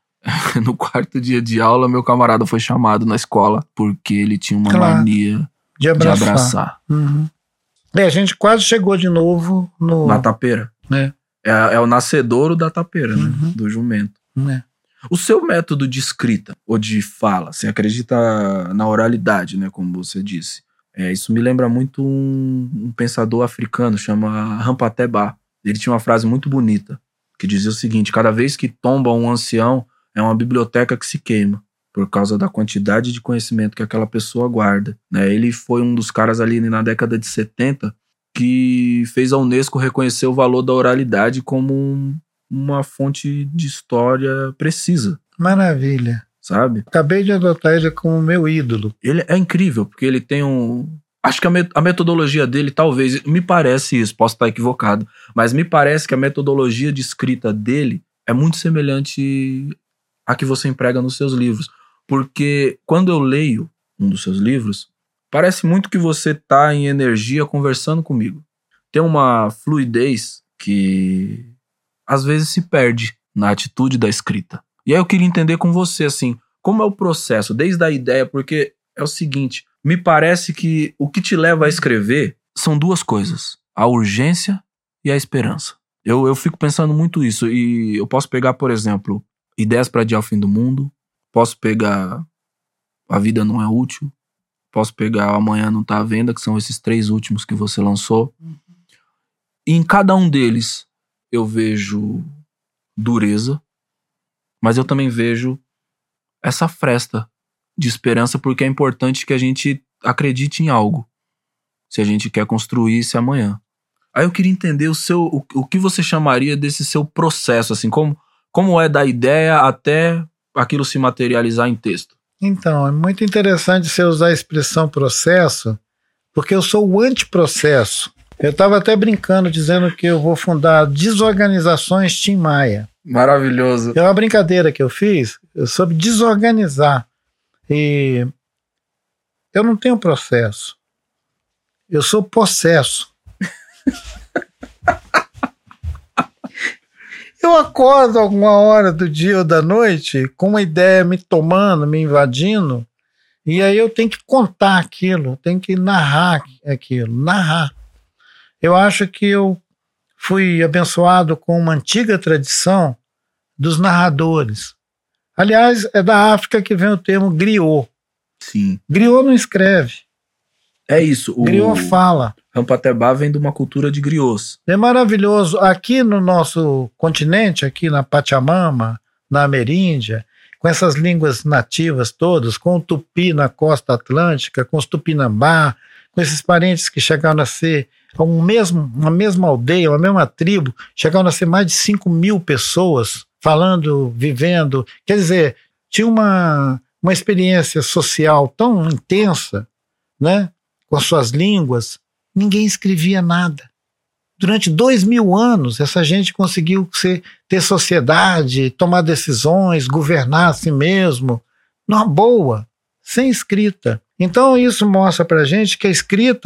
No quarto dia de aula, meu camarada foi chamado na escola porque ele tinha uma claro. mania... De abraçar. De abraçar. Uhum. É, a gente quase chegou de novo no... Na tapeira. É. É, é o nascedouro da tapeira, uhum. né? Do jumento. É. O seu método de escrita ou de fala, você acredita na oralidade, né? Como você disse. É, isso me lembra muito um, um pensador africano, chama Rampateba. Ele tinha uma frase muito bonita, que dizia o seguinte, cada vez que tomba um ancião, é uma biblioteca que se queima. Por causa da quantidade de conhecimento que aquela pessoa guarda, né? Ele foi um dos caras ali na década de setenta que fez a Unesco reconhecer o valor da oralidade como um, uma fonte de história precisa. Maravilha. Sabe? Acabei de adotar ele como meu ídolo. Ele é incrível, porque ele tem um... Acho que a, met- a metodologia dele, talvez, me parece isso, posso estar equivocado, mas me parece que a metodologia de escrita dele é muito semelhante à que você emprega nos seus livros. Porque quando eu leio um dos seus livros, parece muito que você está em energia conversando comigo. Tem uma fluidez que às vezes se perde na atitude da escrita. E aí eu queria entender com você, assim, como é o processo, desde a ideia, porque é o seguinte, me parece que o que te leva a escrever são duas coisas, a urgência e a esperança. Eu, eu fico pensando muito isso, e eu posso pegar, por exemplo, Ideias para Adiar o Fim do Mundo, posso pegar A Vida Não É Útil, posso pegar Amanhã Não Tá à Venda, que são esses três últimos que você lançou. Uhum. E em cada um deles eu vejo dureza, mas eu também vejo essa fresta de esperança, porque é importante que a gente acredite em algo, se a gente quer construir esse amanhã. Aí eu queria entender o, seu, o, o que você chamaria desse seu processo, assim, como, como é da ideia até... aquilo se materializar em texto. Então, é muito interessante você usar a expressão processo, porque eu sou o antiprocesso. Eu estava até brincando, dizendo que eu vou fundar Desorganizações Tim Maia. Maravilhoso. É uma brincadeira que eu fiz sobre desorganizar. E eu não tenho processo. Eu sou possesso. Eu acordo alguma hora do dia ou da noite com uma ideia me tomando, me invadindo, e aí eu tenho que contar aquilo, tenho que narrar aquilo, narrar. Eu acho que eu fui abençoado com uma antiga tradição dos narradores. Aliás, é da África que vem o termo griot. Sim. Griot não escreve. É isso. O griot fala. Rampateba vem de uma cultura de griots. É maravilhoso. Aqui no nosso continente, aqui na Pachamama, na Ameríndia, com essas línguas nativas todas, com o tupi na costa atlântica, com os tupinambá, com esses parentes que chegaram a ser um mesmo, uma mesma aldeia, uma mesma tribo, chegaram a ser mais de cinco mil pessoas falando, vivendo. Quer dizer, tinha uma, uma experiência social tão intensa, né, com as suas línguas. Ninguém escrevia nada. Durante dois mil anos, essa gente conseguiu ser, ter sociedade, tomar decisões, governar a si mesmo, numa boa, sem escrita. Então isso mostra pra gente que a escrita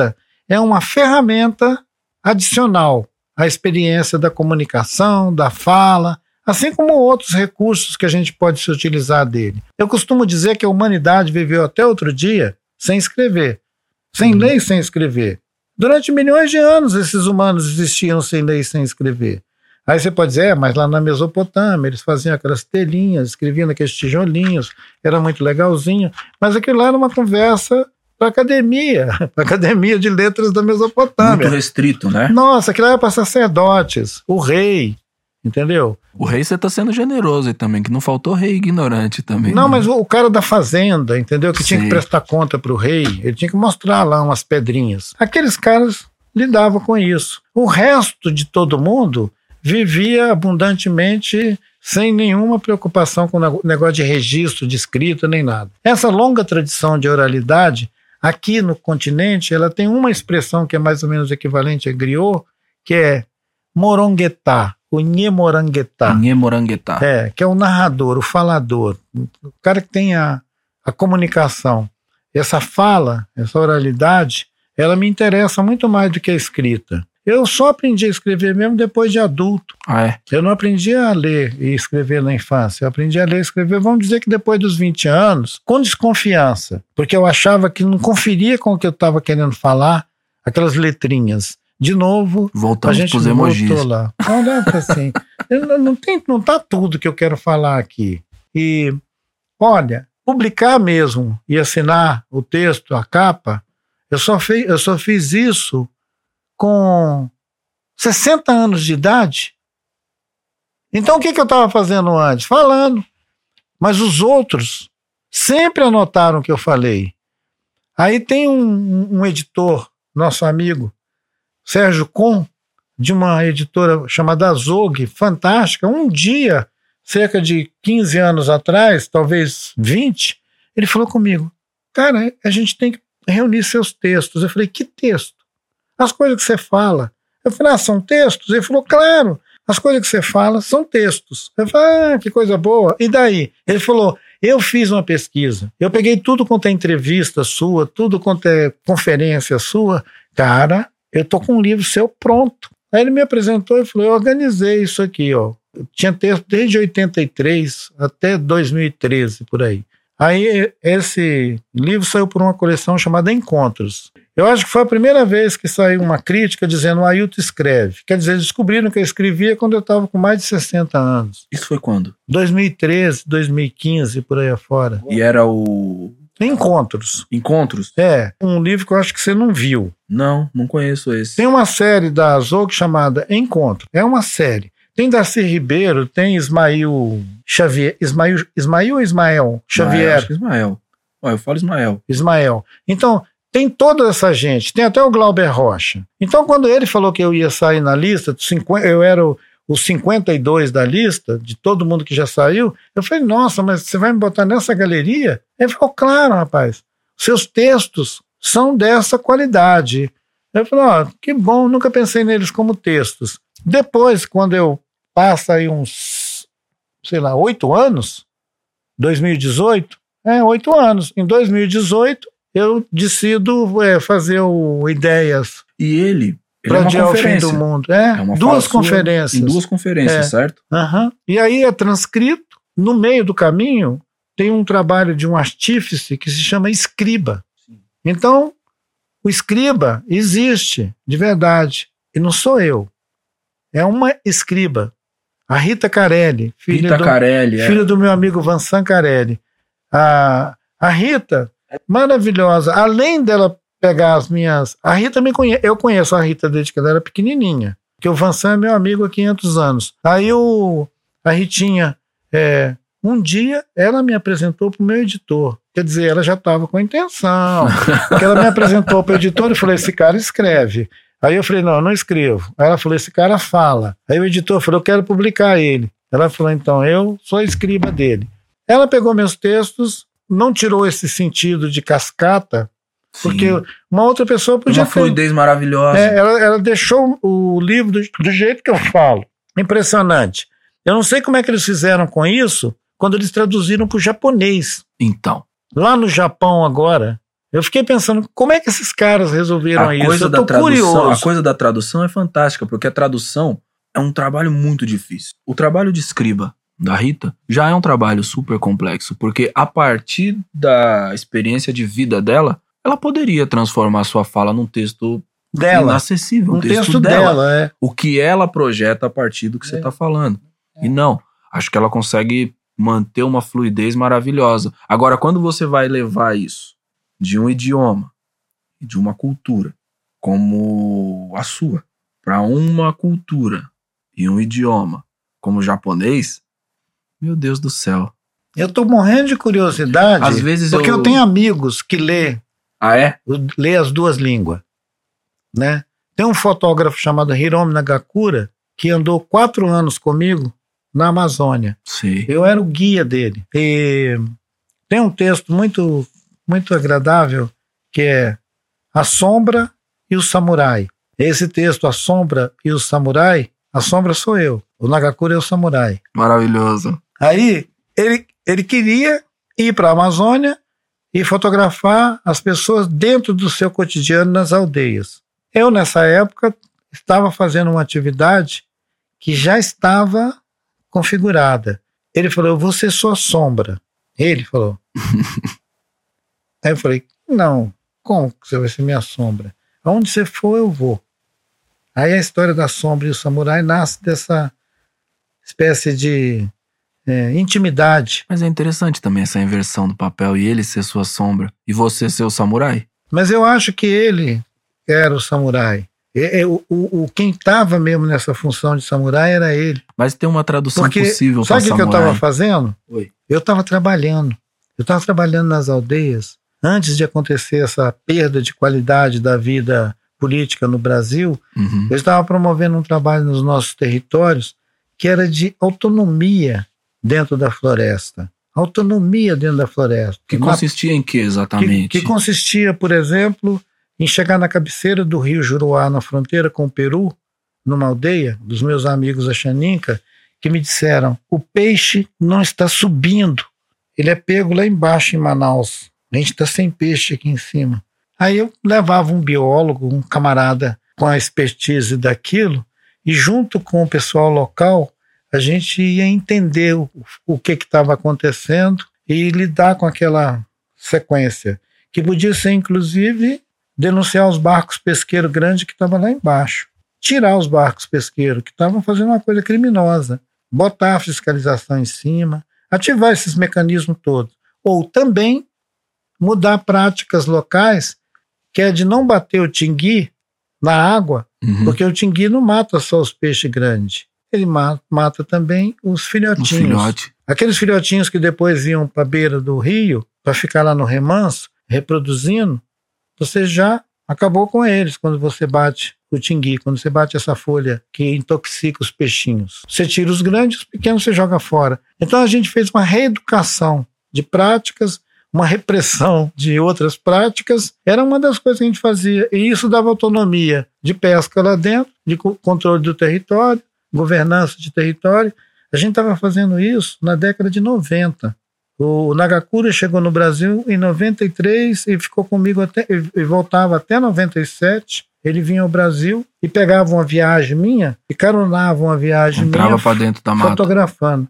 é uma ferramenta adicional à experiência da comunicação, da fala, assim como outros recursos que a gente pode se utilizar dele. Eu costumo dizer que a humanidade viveu até outro dia sem escrever, sem ler e sem escrever. Durante milhões de anos esses humanos existiam sem ler e sem escrever. Aí você pode dizer, é, mas lá na Mesopotâmia eles faziam aquelas telinhas, escreviam naqueles tijolinhos, era muito legalzinho, mas aquilo lá era uma conversa para academia, para academia de letras da Mesopotâmia. Muito restrito, né? Nossa, aquilo era para sacerdotes, o rei, entendeu? O rei você tá sendo generoso aí também, que não faltou rei ignorante também. Não, né? mas o, o cara da fazenda, entendeu? Que tinha Sim. que prestar conta pro rei, ele tinha que mostrar lá umas pedrinhas. Aqueles caras lidavam com isso. O resto de todo mundo vivia abundantemente sem nenhuma preocupação com o negócio de registro, de escrita, nem nada. Essa longa tradição de oralidade, aqui no continente, ela tem uma expressão que é mais ou menos equivalente a griot, que é moronguetá, o nhemoranguetá. Nhemoranguetá. É, que é o narrador, o falador, o cara que tem a, a comunicação. Essa fala, essa oralidade, ela me interessa muito mais do que a escrita. Eu só aprendi a escrever mesmo depois de adulto. Ah, é? Eu não aprendi a ler e escrever na infância. Eu aprendi a ler e escrever, vamos dizer que depois dos vinte anos, com desconfiança, porque eu achava que não conferia com o que eu estava querendo falar, aquelas letrinhas. De novo, voltamos a gente pros emojis. voltou lá. Não, não, assim, não, não, tem, não tá tudo que eu quero falar aqui. E, olha, publicar mesmo e assinar o texto, a capa, eu só, fei, eu só fiz isso com sessenta anos de idade. Então o que, que eu estava fazendo antes? Falando. Mas os outros sempre anotaram o que eu falei. Aí tem um, um editor, nosso amigo, Sérgio Com, de uma editora chamada Azog, fantástica. Um dia, cerca de quinze anos atrás, talvez vinte, ele falou comigo, cara, a gente tem que reunir seus textos. Eu falei, que texto? As coisas que você fala. Eu falei, ah, são textos? Ele falou, claro, as coisas que você fala são textos. Eu falei, ah, que coisa boa. E daí? Ele falou, eu fiz uma pesquisa. Eu peguei tudo quanto é entrevista sua, tudo quanto é conferência sua. Cara, eu tô com um livro seu pronto. Aí ele me apresentou e falou, eu organizei isso aqui, ó. Eu tinha texto desde oitenta e três até dois mil e treze, por aí. Aí esse livro saiu por uma coleção chamada Encontros. Eu acho que foi a primeira vez que saiu uma crítica dizendo o Ailton escreve. Quer dizer, eles descobriram que eu escrevia quando eu estava com mais de sessenta anos. Isso foi quando? dois mil e treze, dois mil e quinze, por aí afora. E era o... Encontros. Encontros? É, um livro que eu acho que você não viu. Não, não conheço esse. Tem uma série da Azog chamada Encontro. É uma série. Tem Darcy Ribeiro, tem Ismael Xavier. Ismael, Ismael ou Ismael? Xavier. Ah, acho que Ismael. Ó, eu falo Ismael. Ismael. Então, tem toda essa gente. Tem até o Glauber Rocha. Então, quando ele falou que eu ia sair na lista, eu era o, o cinquenta e dois da lista, de todo mundo que já saiu, eu falei, nossa, mas você vai me botar nessa galeria? Ele falou, claro, rapaz. Seus textos são dessa qualidade. Eu falei, ó, oh, que bom, nunca pensei neles como textos. Depois, quando eu passo aí uns, sei lá, oito anos, dois mil e dezoito, é, oito anos. Em dois mil e dezoito, eu decido é, fazer o Ideias. E ele, ele para é uma adiar o fim conferência. do mundo. É, é uma duas conferências. Em duas conferências, é. certo? Uhum. E aí é transcrito, no meio do caminho, tem um trabalho de um artífice que se chama escriba. Então, o escriba existe, de verdade. E não sou eu. É uma escriba. A Rita Carelli, filha, Rita do, Carelli, é. filha do meu amigo Vansan Carelli. A, a Rita, maravilhosa. Além dela pegar as minhas... A Rita me conhece. Eu conheço a Rita desde que ela era pequenininha. Porque o Vansan é meu amigo há quinhentos anos. Aí o, a Ritinha... É, um dia ela me apresentou para o meu editor. Quer dizer, ela já estava com a intenção. Porque ela me apresentou para o editor e falou, esse cara escreve. Aí eu falei, não, eu não escrevo. Aí ela falou, esse cara fala. Aí o editor falou, eu quero publicar ele. Ela falou, então, eu sou a escriba dele. Ela pegou meus textos, não tirou esse sentido de cascata, Sim. porque uma outra pessoa podia uma ter... fluidez maravilhosa. É, ela, ela deixou o livro do, do jeito que eu falo. Impressionante. Eu não sei como é que eles fizeram com isso quando eles traduziram para o japonês. Então. Lá no Japão agora, Eu fiquei pensando, como é que esses caras resolveram a isso? Coisa Eu da tô tradução, curioso. a coisa da tradução é fantástica, porque a tradução é um trabalho muito difícil. O trabalho de escriba da Rita já é um trabalho super complexo, porque a partir da experiência de vida dela, ela poderia transformar sua fala num texto dela. inacessível, um um texto, texto dela. dela, é. O que ela projeta a partir do que é. você está falando. É. E não, acho que ela consegue manter uma fluidez maravilhosa. Agora, quando você vai levar isso de um idioma, de uma cultura, como a sua, para uma cultura e um idioma como o japonês, meu Deus do céu. Eu tô morrendo de curiosidade, às vezes porque eu... eu tenho amigos que lê, ah, é? lê as duas línguas, né? Tem um fotógrafo chamado Hiromi Nagakura que andou quatro anos comigo na Amazônia. Sim. Eu era o guia dele. E tem um texto muito, muito agradável que é A Sombra e o Samurai. Esse texto, A Sombra e o Samurai, a sombra sou eu, o Nagakura é o samurai. Maravilhoso. Aí ele, ele queria ir para a Amazônia e fotografar as pessoas dentro do seu cotidiano nas aldeias. Eu, nessa época, estava fazendo uma atividade que já estava configurada. Ele falou, eu vou ser sua sombra. Ele falou. Aí eu falei, não, como que você vai ser minha sombra? Aonde você for, eu vou. Aí a história da sombra e o samurai nasce dessa espécie de é, intimidade. Mas é interessante também essa inversão do papel e ele ser sua sombra e você ser o samurai. Mas eu acho que ele era o samurai. E, e, o, o, quem estava mesmo nessa função de samurai era ele. Mas tem uma tradução Porque, possível para sabe samurai. Sabe o que eu estava fazendo? Oi. Eu estava trabalhando. Eu estava trabalhando nas aldeias. Antes de acontecer essa perda de qualidade da vida política no Brasil, uhum. eu estava promovendo um trabalho nos nossos territórios que era de autonomia dentro da floresta. Autonomia dentro da floresta. Que consistia em que exatamente? Que, que consistia, por exemplo, em chegar na cabeceira do rio Juruá, na fronteira com o Peru, numa aldeia, dos meus amigos Axaninca, que me disseram, o peixe não está subindo, ele é pego lá embaixo em Manaus, a gente está sem peixe aqui em cima. Aí eu levava um biólogo, um camarada com a expertise daquilo, e junto com o pessoal local, a gente ia entender o, o que estava acontecendo e lidar com aquela sequência, que podia ser, inclusive, denunciar os barcos pesqueiros grandes que estavam lá embaixo, tirar os barcos pesqueiros que estavam fazendo uma coisa criminosa, botar a fiscalização em cima, ativar esses mecanismos todos. Ou também mudar práticas locais, que é de não bater o tingui na água, uhum. porque o tingui não mata só os peixes grandes, ele mata, mata também os filhotinhos. Os filhote. Aqueles filhotinhos que depois iam para a beira do rio, para ficar lá no remanso, reproduzindo, você já acabou com eles quando você bate o tingui, quando você bate essa folha que intoxica os peixinhos. Você tira os grandes, os pequenos você joga fora. Então a gente fez uma reeducação de práticas, uma repressão de outras práticas, era uma das coisas que a gente fazia, e isso dava autonomia de pesca lá dentro, de controle do território, governança de território. A gente estava fazendo isso na década de noventa. O Nagakura chegou no Brasil em noventa e três e ficou comigo até, e voltava até noventa e sete. Ele vinha ao Brasil e pegava uma viagem minha e caronava uma viagem Entrava minha pra dentro da mata. Fotografando.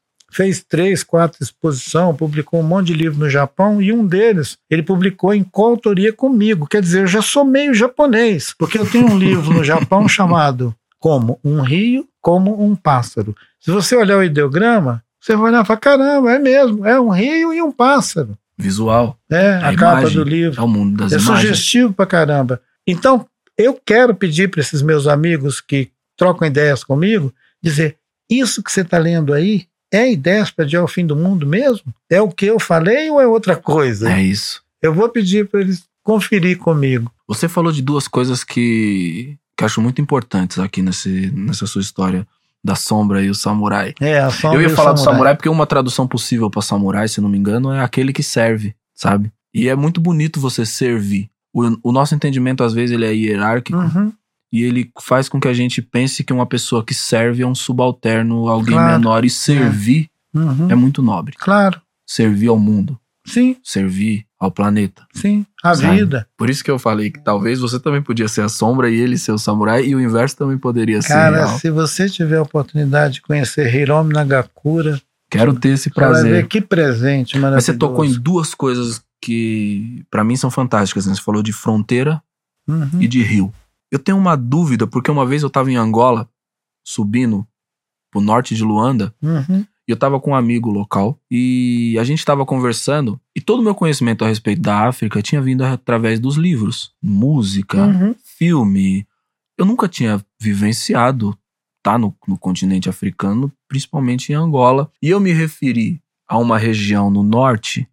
Fez três, quatro exposições, publicou um monte de livros no Japão, e um deles ele publicou em coautoria comigo. Quer dizer, eu já sou meio japonês, porque eu tenho um livro no Japão chamado Como um Rio, Como um Pássaro. Se você olhar o ideograma, você vai olhar e falar, caramba, é mesmo, é um rio e um pássaro. Visual. É, a, a capa imagem, do livro. É o mundo das é imagens. É sugestivo pra caramba. Então, eu quero pedir para esses meus amigos que trocam ideias comigo, dizer, isso que você está lendo aí, é ideias para adiar o fim do mundo mesmo? É o que eu falei ou é outra coisa? É isso. Eu vou pedir para eles conferir comigo. Você falou de duas coisas que, que acho muito importantes aqui nesse, nessa sua história da sombra e o samurai. É, a sombra. Eu ia e falar o do samurai porque uma tradução possível para samurai, se não me engano, é aquele que serve, sabe? E é muito bonito você servir. O, o nosso entendimento, às vezes, ele é hierárquico. Uhum. E ele faz com que a gente pense que uma pessoa que serve é um subalterno, alguém claro. menor. E servir é. Uhum. é muito nobre. Claro. Servir ao mundo. Sim. Servir ao planeta. Sim, a Sabe? vida. Por isso que eu falei que talvez você também podia ser a sombra e ele ser o samurai, e o inverso também poderia ser Cara, real. se você tiver a oportunidade de conhecer Hiromi Nagakura, Quero ter esse você vai prazer. ver que presente maravilhoso. Mas você tocou em duas coisas que pra mim são fantásticas, né? Você falou de fronteira Uhum. e de rio. Eu tenho uma dúvida, porque uma vez eu tava em Angola, subindo pro norte de Luanda, Uhum. e eu tava com um amigo local, e a gente tava conversando, e todo o meu conhecimento a respeito da África tinha vindo através dos livros. Música, Uhum. filme. Eu nunca tinha vivenciado, tá, no, no continente africano, principalmente em Angola. E eu me referi a uma região no norte,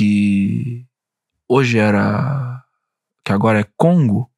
que hoje era... que agora é Congo,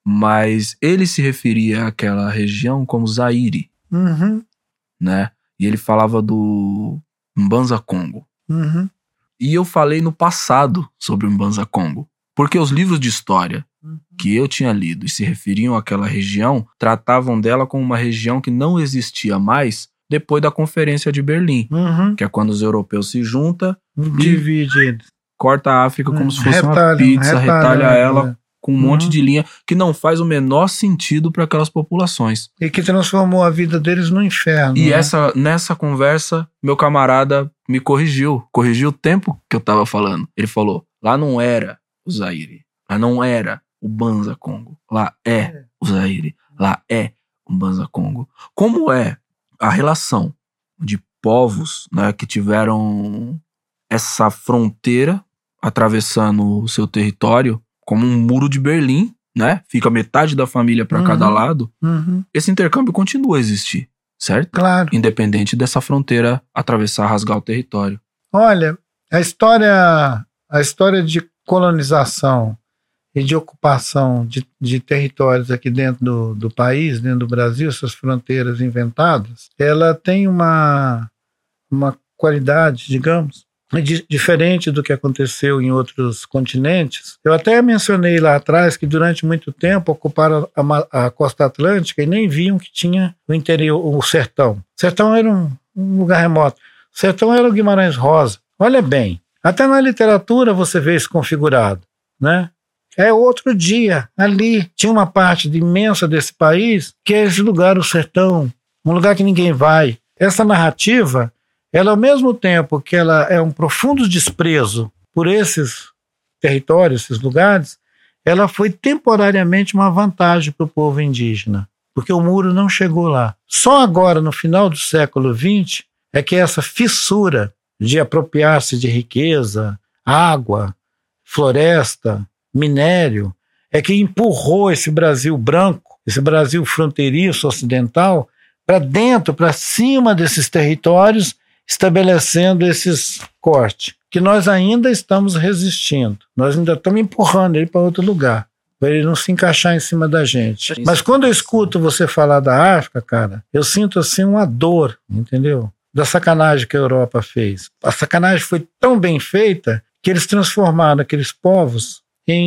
mas ele se referia àquela região como Zaire, Uhum. né? E ele falava do Mbanza Congo. Uhum. E eu falei no passado sobre o Mbanza Congo, porque os livros de história que eu tinha lido e se referiam àquela região tratavam dela como uma região que não existia mais depois da Conferência de Berlim, Uhum. que é quando os europeus se juntam, Divide eles. corta a África como Hum, se fosse uma retalha, pizza, retalha, retalha ela né? com um monte Uhum. de linha que não faz o menor sentido para aquelas populações. E que transformou a vida deles no inferno. E né? essa, nessa conversa, meu camarada me corrigiu. Corrigiu o tempo que eu tava falando. Ele falou, lá não era o Zaire. Lá não era o Mbanza Congo. Lá é o Zaire. Lá é o Mbanza Congo. Como é a relação de povos, né, que tiveram essa fronteira atravessando o seu território como um muro de Berlim, né? Fica metade da família para Uhum. cada lado. Uhum. Esse intercâmbio continua a existir, certo? Claro. Independente dessa fronteira atravessar, rasgar o território. Olha, a história, a história de colonização e de ocupação de, de territórios aqui dentro do, do país, dentro do Brasil, essas fronteiras inventadas, ela tem uma, uma qualidade, digamos, di- diferente do que aconteceu em outros continentes. Eu até mencionei lá atrás que durante muito tempo ocuparam a, ma- a costa atlântica e nem viam que tinha o interior, o sertão. O sertão era um, um lugar remoto. O sertão era o Guimarães Rosa. Olha bem, até na literatura você vê isso configurado, né? É outro dia, ali tinha uma parte de imensa desse país que é esse lugar, o sertão, um lugar que ninguém vai. Essa narrativa, ela ao mesmo tempo que ela é um profundo desprezo por esses territórios, esses lugares, ela foi temporariamente uma vantagem para o povo indígena, porque o muro não chegou lá. Só agora, no final do século vinte, é que essa fissura de apropriar-se de riqueza, água, floresta, minério, é que empurrou esse Brasil branco, esse Brasil fronteiriço ocidental, para dentro, para cima desses territórios, estabelecendo esses cortes, que nós ainda estamos resistindo. Nós ainda estamos empurrando ele para outro lugar, para ele não se encaixar em cima da gente. Mas quando eu escuto você falar da África, cara, eu sinto assim uma dor, entendeu? Da sacanagem que a Europa fez. A sacanagem foi tão bem feita que eles transformaram aqueles povos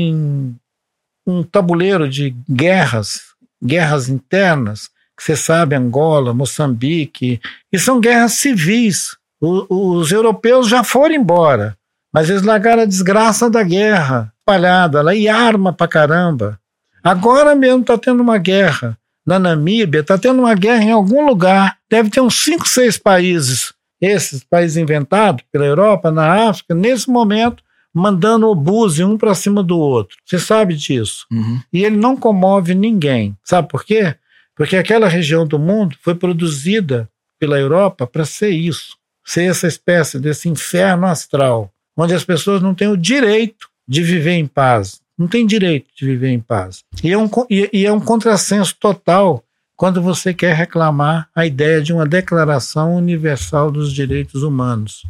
em um tabuleiro de guerras, guerras internas, que você sabe, Angola, Moçambique, e são guerras civis. O, os europeus já foram embora, mas eles largaram a desgraça da guerra espalhada lá e arma pra caramba. Agora mesmo está tendo uma guerra na Namíbia, está tendo uma guerra em algum lugar, deve ter uns cinco, seis países, esses países inventados pela Europa, na África, nesse momento, mandando obuse um para cima do outro. Você sabe disso. Uhum. E ele não comove ninguém. Sabe por quê? Porque aquela região do mundo foi produzida pela Europa para ser isso, ser essa espécie desse inferno astral, onde as pessoas não têm o direito de viver em paz. Não tem direito de viver em paz. E é um, e, e é um contrassenso total quando você quer reclamar a ideia de uma Declaração Universal dos Direitos Humanos.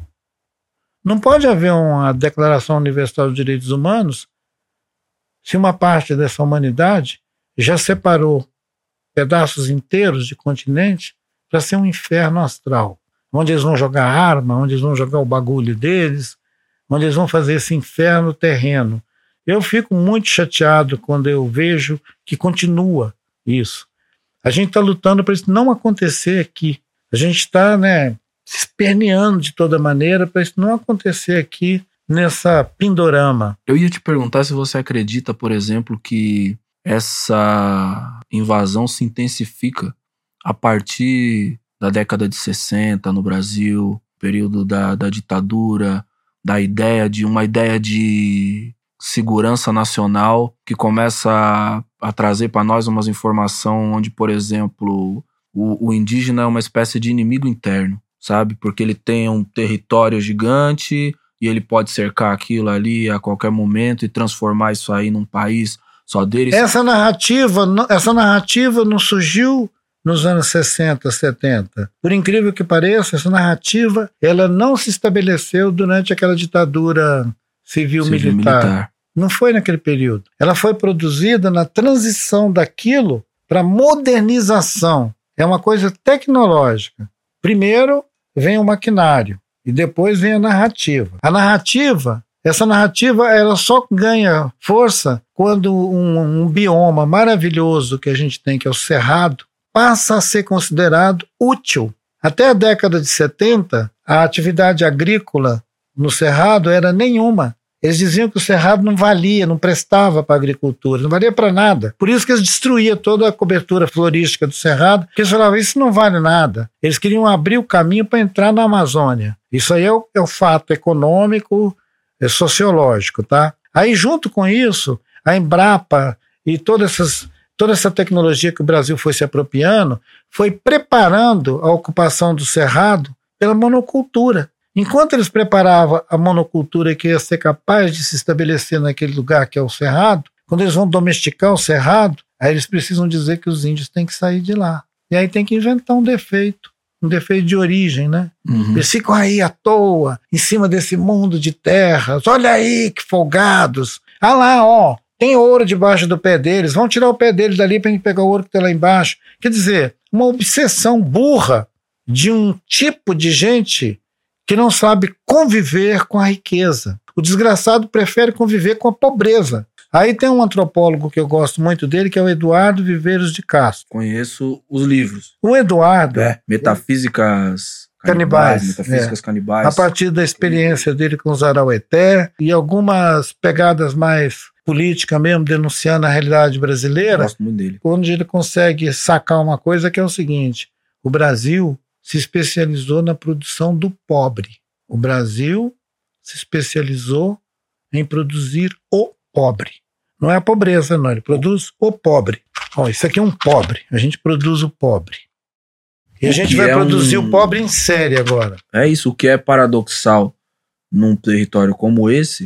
Não pode haver uma Declaração Universal dos Direitos Humanos se uma parte dessa humanidade já separou pedaços inteiros de continente para ser um inferno astral, onde eles vão jogar arma, onde eles vão jogar o bagulho deles, onde eles vão fazer esse inferno terreno. Eu fico muito chateado quando eu vejo que continua isso. A gente está lutando para isso não acontecer aqui. A gente está, né, se esperneando de toda maneira para isso não acontecer aqui nessa pindorama. Eu ia te perguntar se você acredita, por exemplo, que essa invasão se intensifica a partir da década de sessenta no Brasil, período da, da ditadura, da ideia de uma ideia de segurança nacional que começa a, a trazer para nós umas informações onde, por exemplo, o, o indígena é uma espécie de inimigo interno, sabe? Porque ele tem um território gigante e ele pode cercar aquilo ali a qualquer momento e transformar isso aí num país só dele. Essa narrativa, essa narrativa não surgiu nos anos sessenta, setenta. Por incrível que pareça, essa narrativa ela não se estabeleceu durante aquela ditadura civil-militar. Civil militar. Não foi naquele período. Ela foi produzida na transição daquilo para modernização. É uma coisa tecnológica. Primeiro vem o maquinário e depois vem a narrativa. A narrativa, essa narrativa, ela só ganha força quando um, um bioma maravilhoso que a gente tem, que é o Cerrado, passa a ser considerado útil. Até a década de setenta, a atividade agrícola no Cerrado era nenhuma. Eles diziam que o Cerrado não valia, não prestava para a agricultura, não valia para nada. Por isso que eles destruíam toda a cobertura florística do Cerrado, porque eles falavam, isso não vale nada. Eles queriam abrir o caminho para entrar na Amazônia. Isso aí é o, é o fato econômico, é sociológico, tá? Aí, junto com isso, a Embrapa e todas essas, toda essa tecnologia que o Brasil foi se apropriando, foi preparando a ocupação do Cerrado pela monocultura. Enquanto eles preparavam a monocultura que ia ser capaz de se estabelecer naquele lugar que é o Cerrado, quando eles vão domesticar o Cerrado, aí eles precisam dizer que os índios têm que sair de lá. E aí tem que inventar um defeito, um defeito de origem, né? Uhum. Eles ficam aí à toa, em cima desse mundo de terras. Olha aí, que folgados. Ah lá, ó, tem ouro debaixo do pé deles. Vão tirar o pé deles dali para a gente pegar o ouro que está lá embaixo. Quer dizer, uma obsessão burra de um tipo de gente que não sabe conviver com a riqueza. O desgraçado prefere conviver com a pobreza. Aí tem um antropólogo que eu gosto muito dele, que é o Eduardo Viveiros de Castro. Conheço os livros. O Eduardo... É, Metafísicas Canibais. canibais Metafísicas é. canibais. A partir da experiência dele com os Araueté e algumas pegadas mais políticas mesmo, denunciando a realidade brasileira. Eu gosto muito dele. Onde ele consegue sacar uma coisa que é o seguinte: o Brasil se especializou na produção do pobre. O Brasil se especializou em produzir o pobre. Não é a pobreza, não. Ele produz o pobre. Ó, isso aqui é um pobre. A gente produz o pobre. E a gente vai é produzir um... o pobre em série agora. É isso, o que é paradoxal num território como esse,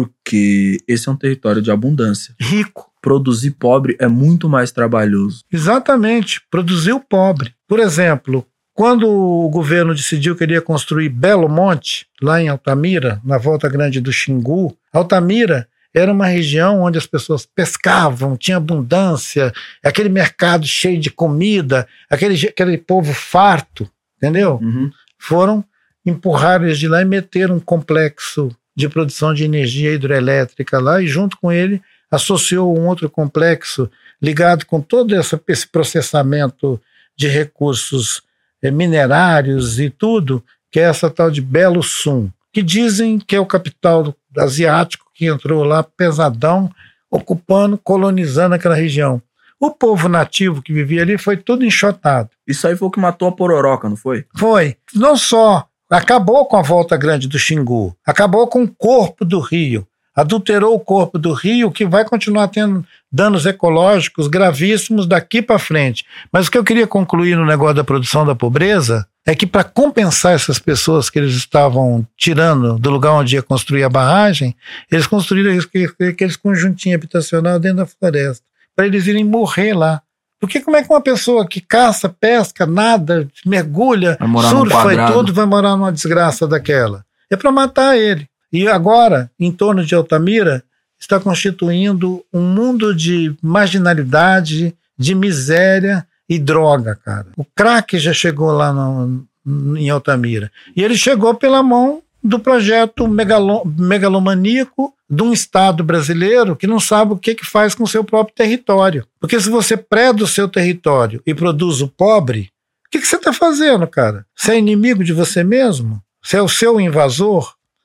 porque esse é um território de abundância. Rico. Produzir pobre é muito mais trabalhoso. Exatamente. Produzir o pobre. Por exemplo, quando o governo decidiu que iria construir Belo Monte, lá em Altamira, na Volta Grande do Xingu, Altamira era uma região onde as pessoas pescavam, tinha abundância, aquele mercado cheio de comida, aquele, aquele povo farto, entendeu? Uhum. Foram empurrar eles de lá e meteram um complexo de produção de energia hidrelétrica lá, e junto com ele associou um outro complexo ligado com todo essa, esse processamento de recursos É, minerários e tudo, que é essa tal de Belo Sun, que dizem que é o capital asiático que entrou lá pesadão, ocupando, colonizando aquela região. O povo nativo que vivia ali foi tudo enxotado. Isso aí foi o que matou a Pororoca, não foi? Foi. Não só acabou com a Volta Grande do Xingu, acabou com o corpo do rio, adulterou o corpo do rio, que vai continuar tendo danos ecológicos gravíssimos daqui para frente. Mas o que eu queria concluir no negócio da produção da pobreza é que, para compensar essas pessoas que eles estavam tirando do lugar onde ia construir a barragem, eles construíram aqueles conjuntinhos habitacionais dentro da floresta, para eles irem morrer lá. Porque como é que uma pessoa que caça, pesca, nada, mergulha, surfa e tudo, vai morar numa desgraça daquela? É para matar ele. E agora, em torno de Altamira, está constituindo um mundo de marginalidade, de miséria e droga, cara. O crack já chegou lá no, em Altamira. E ele chegou pela mão do projeto megalo, megalomaníaco de um Estado brasileiro que não sabe o que, que faz com o seu próprio território. Porque se você preda o seu território e produz o pobre, o que, que você está fazendo, cara? Você é inimigo de você mesmo? Você é o seu invasor?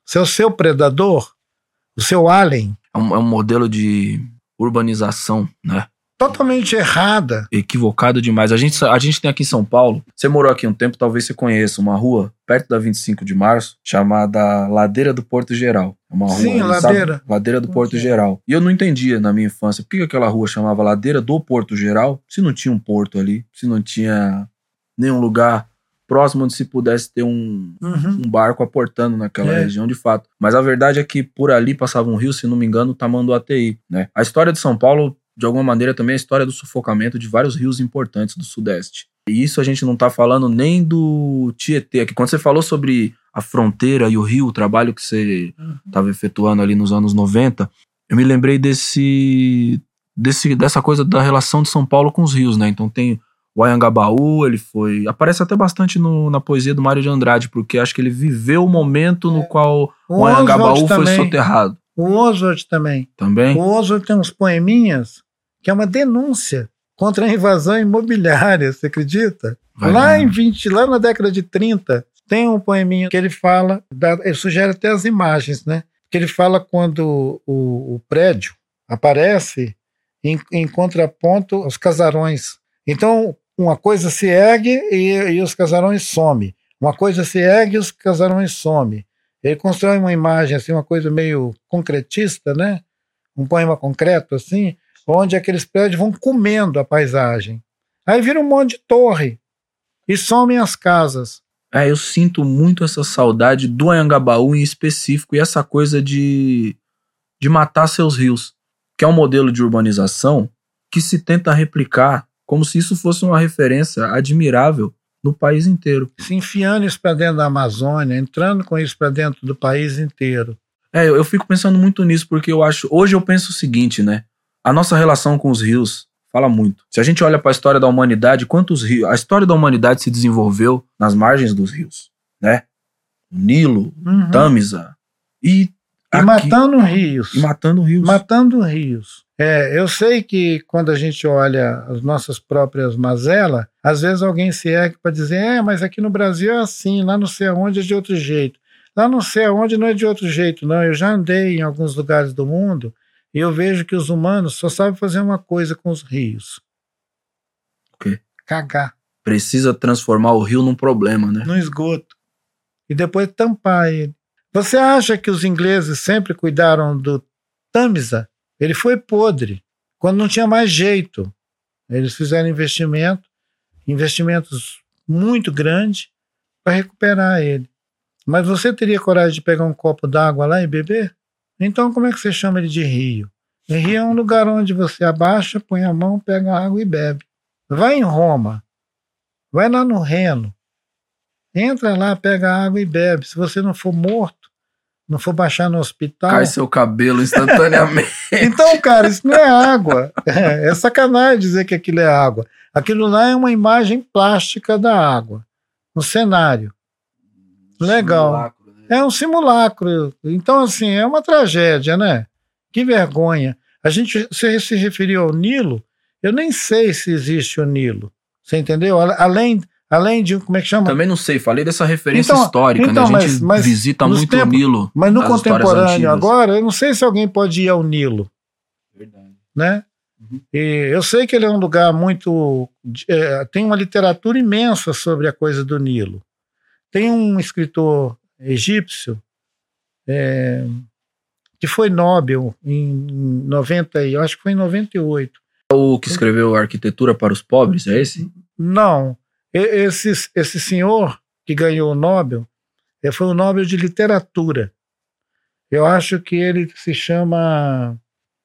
Se é o seu predador, o seu alien. É um, é um modelo de urbanização, né? Totalmente errada. Equivocado demais. A gente, a gente tem aqui em São Paulo, você morou aqui um tempo, talvez você conheça uma rua perto da vinte e cinco de março, chamada Ladeira do Porto Geral. É uma Sim, rua, Ladeira. Sabe? Ladeira do Porto Geral. E eu não entendia na minha infância por que aquela rua chamava Ladeira do Porto Geral, se não tinha um porto ali, se não tinha nenhum lugar próximo onde se pudesse ter um, Uhum. um barco aportando naquela É. região de fato. Mas a verdade é que por ali passava um rio, se não me engano, o Tamanduateí, né? A história de São Paulo, de alguma maneira, também é a história do sufocamento de vários rios importantes do Sudeste. E isso a gente não tá falando nem do Tietê. Aqui, quando você falou sobre a fronteira e o rio, o trabalho que você estava efetuando ali nos anos noventa, eu me lembrei desse, desse, dessa coisa da relação de São Paulo com os rios, né? Então tem o Anhangabaú, ele foi... Aparece até bastante no, na poesia do Mário de Andrade, porque acho que ele viveu o momento no qual O o Anhangabaú Oswald foi também. soterrado. O Oswald também. Também? O Oswald tem uns poeminhas que é uma denúncia contra a invasão imobiliária, você acredita? Vai lá vendo. em vinte, lá na década de trinta, tem um poeminha que ele fala, da, ele sugere até as imagens, né? Que ele fala quando o, o prédio aparece em, em contraponto aos casarões. Então, uma coisa se ergue e, e os casarões somem. Uma coisa se ergue e os casarões somem. Ele constrói uma imagem, assim, uma coisa meio concretista, né? Um poema concreto, assim, onde aqueles prédios vão comendo a paisagem. Aí vira um monte de torre e somem as casas. É, eu sinto muito essa saudade do Anhangabaú em específico e essa coisa de, de matar seus rios, que é um modelo de urbanização que se tenta replicar como se isso fosse uma referência admirável no país inteiro. Se enfiando isso para dentro da Amazônia, entrando com isso para dentro do país inteiro. É, eu, eu fico pensando muito nisso porque eu acho... Hoje eu penso o seguinte, né? A nossa relação com os rios fala muito. Se a gente olha para a história da humanidade, quantos rios... A história da humanidade se desenvolveu nas margens dos rios, né? O Nilo, Uhum. Tâmisa e... E aqui, matando rios. E matando rios. Matando rios. É, eu sei que quando a gente olha as nossas próprias mazelas, às vezes alguém se ergue para dizer, é, mas aqui no Brasil é assim, lá não sei aonde é de outro jeito. Lá não sei aonde não é de outro jeito, não. Eu já andei em alguns lugares do mundo e eu vejo que os humanos só sabem fazer uma coisa com os rios. O quê? Cagar. Precisa transformar o rio num problema, né? No esgoto. E depois tampar ele. Você acha que os ingleses sempre cuidaram do Tâmisa? Ele foi podre, quando não tinha mais jeito. Eles fizeram investimento, investimentos muito grandes para recuperar ele. Mas você teria coragem de pegar um copo d'água lá e beber? Então como é que você chama ele de rio? E rio é um lugar onde você abaixa, põe a mão, pega a água e bebe. Vai em Roma, vai lá no Reno, entra lá, pega a água e bebe. Se você não for morto, não for baixar no hospital... Cai seu cabelo instantaneamente. Então, cara, isso não é água. É, é sacanagem dizer que aquilo é água. Aquilo lá é uma imagem plástica da água, um cenário. Legal. Simulacro, né? É um simulacro. Então, assim, é uma tragédia, né? Que vergonha. A gente se, se referiu ao Nilo, eu nem sei se existe o Nilo. Você entendeu? Além... Além de, como é que chama? Também não sei, falei dessa referência Então, histórica, então, né? A gente mas- mas visita nos muito tempos- o Nilo. Mas no nas histórias contemporâneo antigas. agora, eu não sei se alguém pode ir ao Nilo, Verdade. né? Uhum. E eu sei que ele é um lugar muito... é, tem uma literatura imensa sobre a coisa do Nilo. Tem um escritor egípcio é, que foi Nobel em noventa, eu acho que foi em noventa e oito. O que escreveu Arquitetura para os Pobres, é esse? Não, e- esse, esse senhor que ganhou o Nobel eh, foi o Nobel de Literatura. Eu acho que ele se chama...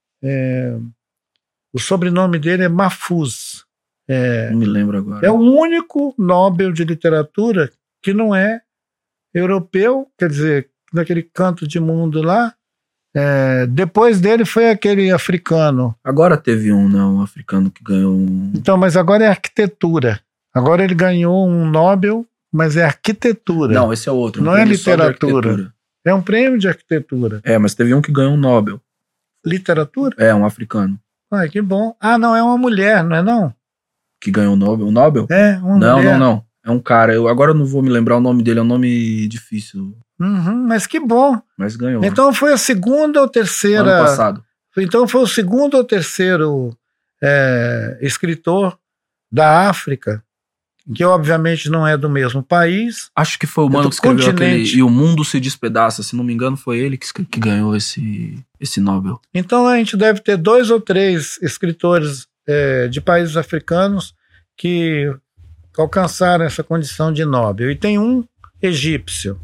é, o sobrenome dele é Mahfouz. É, Não me lembro agora. é o único Nobel de Literatura que não é europeu, quer dizer, naquele canto de mundo lá. É, depois dele foi aquele africano. Agora teve um, né? Um africano que ganhou um... Então, mas agora é arquitetura. Agora ele ganhou um Nobel, mas é arquitetura. Não, esse é outro. Não um é prêmio só de literatura. arquitetura. É um prêmio de arquitetura. É, mas teve um que ganhou um Nobel. Literatura? É, um africano. Ai, que bom. Ah, não, é uma mulher, não é não? Que ganhou o Nobel. O Nobel? É, uma Não, mulher. não, não. É um cara, eu agora eu não vou me lembrar o nome dele, é um nome difícil. Uhum, mas que bom. Mas ganhou. Então foi a segunda ou terceira... Ano passado. Então foi o segundo ou terceiro é, escritor da África, que obviamente não é do mesmo país. Acho que foi o mano que escreveu aquele E o Mundo se Despedaça, se não me engano foi ele que, que ganhou esse, esse Nobel. Então a gente deve ter dois ou três escritores é, de países africanos que alcançaram essa condição de Nobel. E tem um egípcio,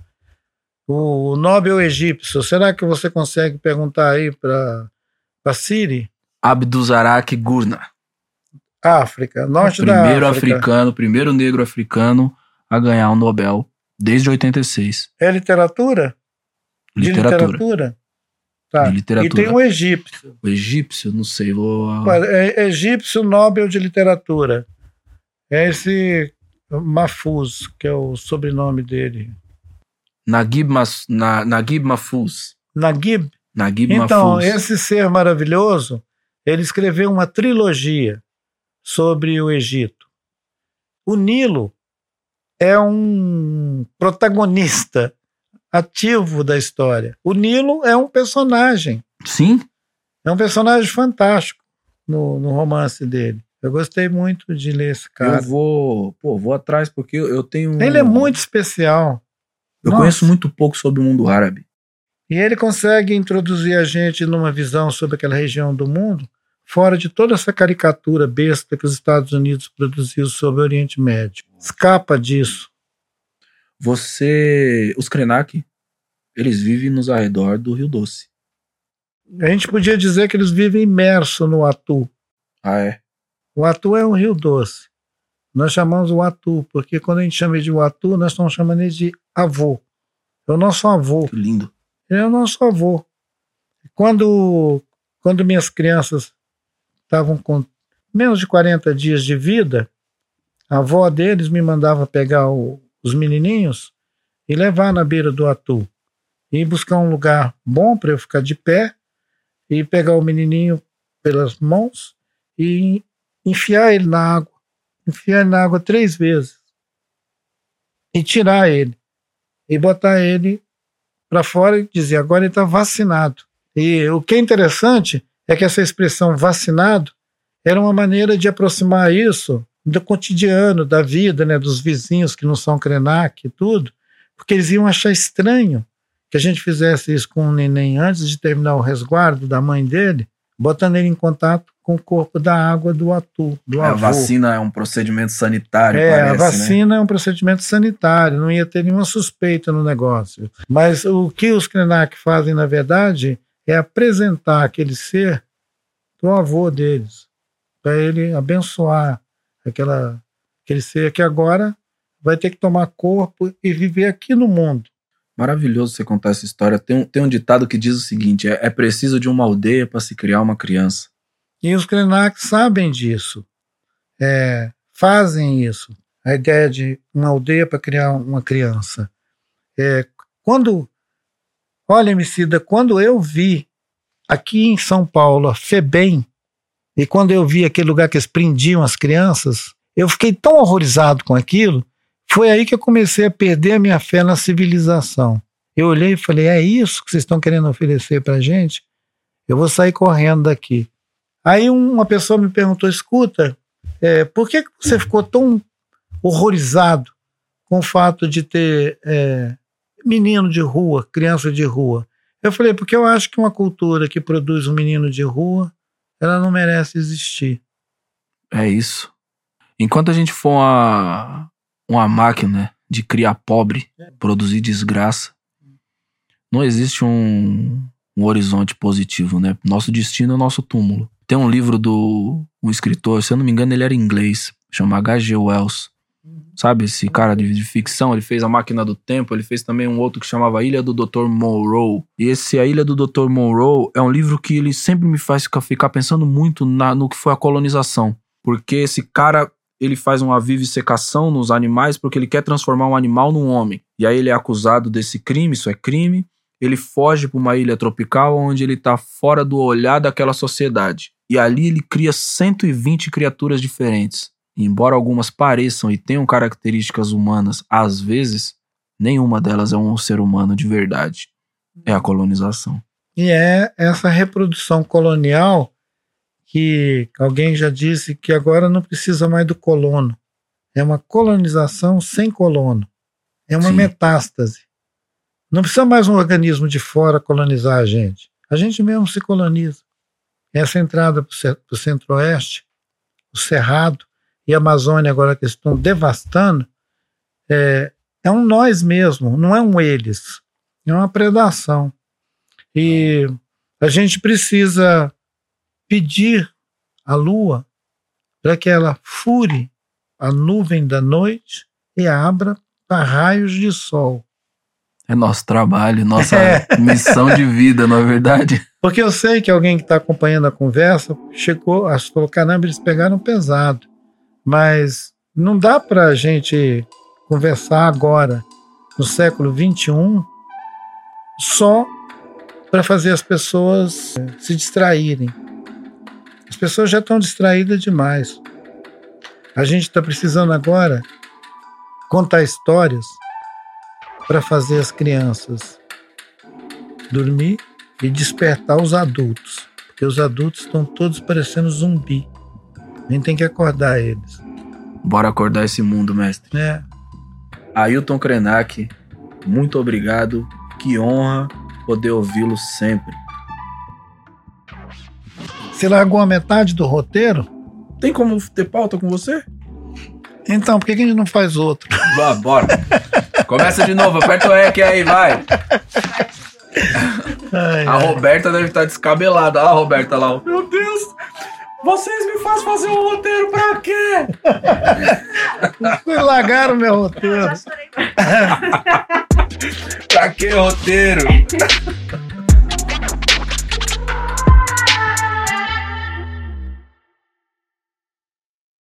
o Nobel egípcio. Será que você consegue perguntar aí para a Siri? Abduzzarak Gurna. África, norte da África. Primeiro africano, primeiro negro africano a ganhar um Nobel desde oitenta e seis. É literatura? Literatura. De literatura? Tá. De literatura. E tem um egípcio. O egípcio, não sei, vou... É egípcio Nobel de literatura. É esse Mahfouz, que é o sobrenome dele. Naguib, Mas, Na, Naguib Mahfouz. Naguib? Naguib Então, Mahfouz. esse ser maravilhoso, ele escreveu uma trilogia sobre o Egito. O Nilo é um protagonista ativo da história. O Nilo é um personagem. Sim. É um personagem fantástico no, no romance dele. Eu gostei muito de ler esse cara. Eu vou, pô, vou atrás porque eu tenho... Ele é muito especial. Eu Nossa. conheço muito pouco sobre o mundo árabe. E ele consegue introduzir a gente numa visão sobre aquela região do mundo fora de toda essa caricatura besta que os Estados Unidos produziu sobre o Oriente Médio. Escapa disso. Você... Os Krenak, eles vivem nos arredores do Rio Doce. A gente podia dizer que eles vivem imersos no Atu. Ah, é? O Atu é um rio doce. Nós chamamos o Atu, porque quando a gente chama ele de Atu, nós estamos chamando ele de avô. É o nosso avô. Que lindo. Ele é o nosso avô. Quando, quando minhas crianças estavam com menos de quarenta dias de vida, a avó deles me mandava pegar o, os menininhos e levar na beira do Atu. E buscar um lugar bom para eu ficar de pé e pegar o menininho pelas mãos e enfiar ele na água. Enfiar ele na água três vezes. E tirar ele. E botar ele para fora e dizer, agora ele está vacinado. E o que é interessante é que essa expressão vacinado era uma maneira de aproximar isso do cotidiano, da vida, né, dos vizinhos que não são Krenak e tudo, porque eles iam achar estranho que a gente fizesse isso com o neném antes de terminar o resguardo da mãe dele, botando ele em contato com o corpo da água do Atu, do A avô. vacina é um procedimento sanitário, É, parece, a vacina, né? É um procedimento sanitário, não ia ter nenhuma suspeita no negócio. Mas o que os Krenak fazem, na verdade, é apresentar aquele ser do avô deles, para ele abençoar aquela, aquele ser que agora vai ter que tomar corpo e viver aqui no mundo. Maravilhoso você contar essa história. Tem um, tem um ditado que diz o seguinte, é, é preciso de uma aldeia para se criar uma criança. E os Krenak sabem disso, é, fazem isso. A ideia de uma aldeia para criar uma criança. É, quando, olha, Emicida, quando eu vi aqui em São Paulo a FEBEM, e quando eu vi aquele lugar que eles prendiam as crianças, eu fiquei tão horrorizado com aquilo, foi aí que eu comecei a perder a minha fé na civilização. Eu olhei e falei, é isso que vocês estão querendo oferecer para a gente? Eu vou sair correndo daqui. Aí uma pessoa me perguntou, escuta, é, por que você ficou tão horrorizado com o fato de ter é, menino de rua, criança de rua? Eu falei, porque eu acho que uma cultura que produz um menino de rua, ela não merece existir. É isso. Enquanto a gente for uma, uma máquina de criar pobre, produzir desgraça, não existe um, um horizonte positivo, né? Nosso destino é o nosso túmulo. Tem um livro do um escritor, se eu não me engano ele era inglês, chama H G Wells. Sabe, esse cara de, de ficção, ele fez A Máquina do Tempo, ele fez também um outro que chamava A Ilha do doutor Monroe. E esse A Ilha do doutor Monroe é um livro que ele sempre me faz ficar, ficar pensando muito na, no que foi a colonização. Porque esse cara, ele faz uma vivissecação nos animais porque ele quer transformar um animal num homem. E aí ele é acusado desse crime, isso é crime. Ele foge para uma ilha tropical onde ele está fora do olhar daquela sociedade. E ali ele cria cento e vinte criaturas diferentes. embora algumas pareçam e tenham características humanas, às vezes, nenhuma delas é um ser humano de verdade. É a colonização. E é essa reprodução colonial que alguém já disse que agora não precisa mais do colono. É uma colonização sem colono. É uma Sim. metástase. Não precisa mais um organismo de fora colonizar a gente. A gente mesmo se coloniza. Essa entrada para o centro-oeste, o Cerrado e a Amazônia agora que estão devastando, é, é um nós mesmo, não é um eles. É uma predação. E a gente precisa pedir à Lua para que ela fure a nuvem da noite e abra para raios de sol. É nosso trabalho, nossa é. missão de vida, não é verdade? Porque eu sei que alguém que está acompanhando a conversa chegou, acho que falou, caramba, eles pegaram pesado. Mas não dá para a gente conversar agora, no século vinte e um, só para fazer as pessoas se distraírem. As pessoas já estão distraídas demais. A gente está precisando agora contar histórias para fazer as crianças dormir e despertar os adultos. Porque os adultos estão todos parecendo zumbi. A gente tem que acordar eles. Bora acordar esse mundo, mestre. É. Ailton Krenak, muito obrigado. Que honra poder ouvi-lo sempre. Você largou a metade do roteiro? Tem como ter pauta com você? Então, por que a gente não faz outro? Bora, bora. Começa de novo, aperta o R E C aí, vai. Ai, a ai. Roberta deve estar descabelada. Olha a Roberta lá. Meu Deus, vocês me fazem fazer um roteiro pra quê? Vocês largaram meu roteiro. Pra que roteiro?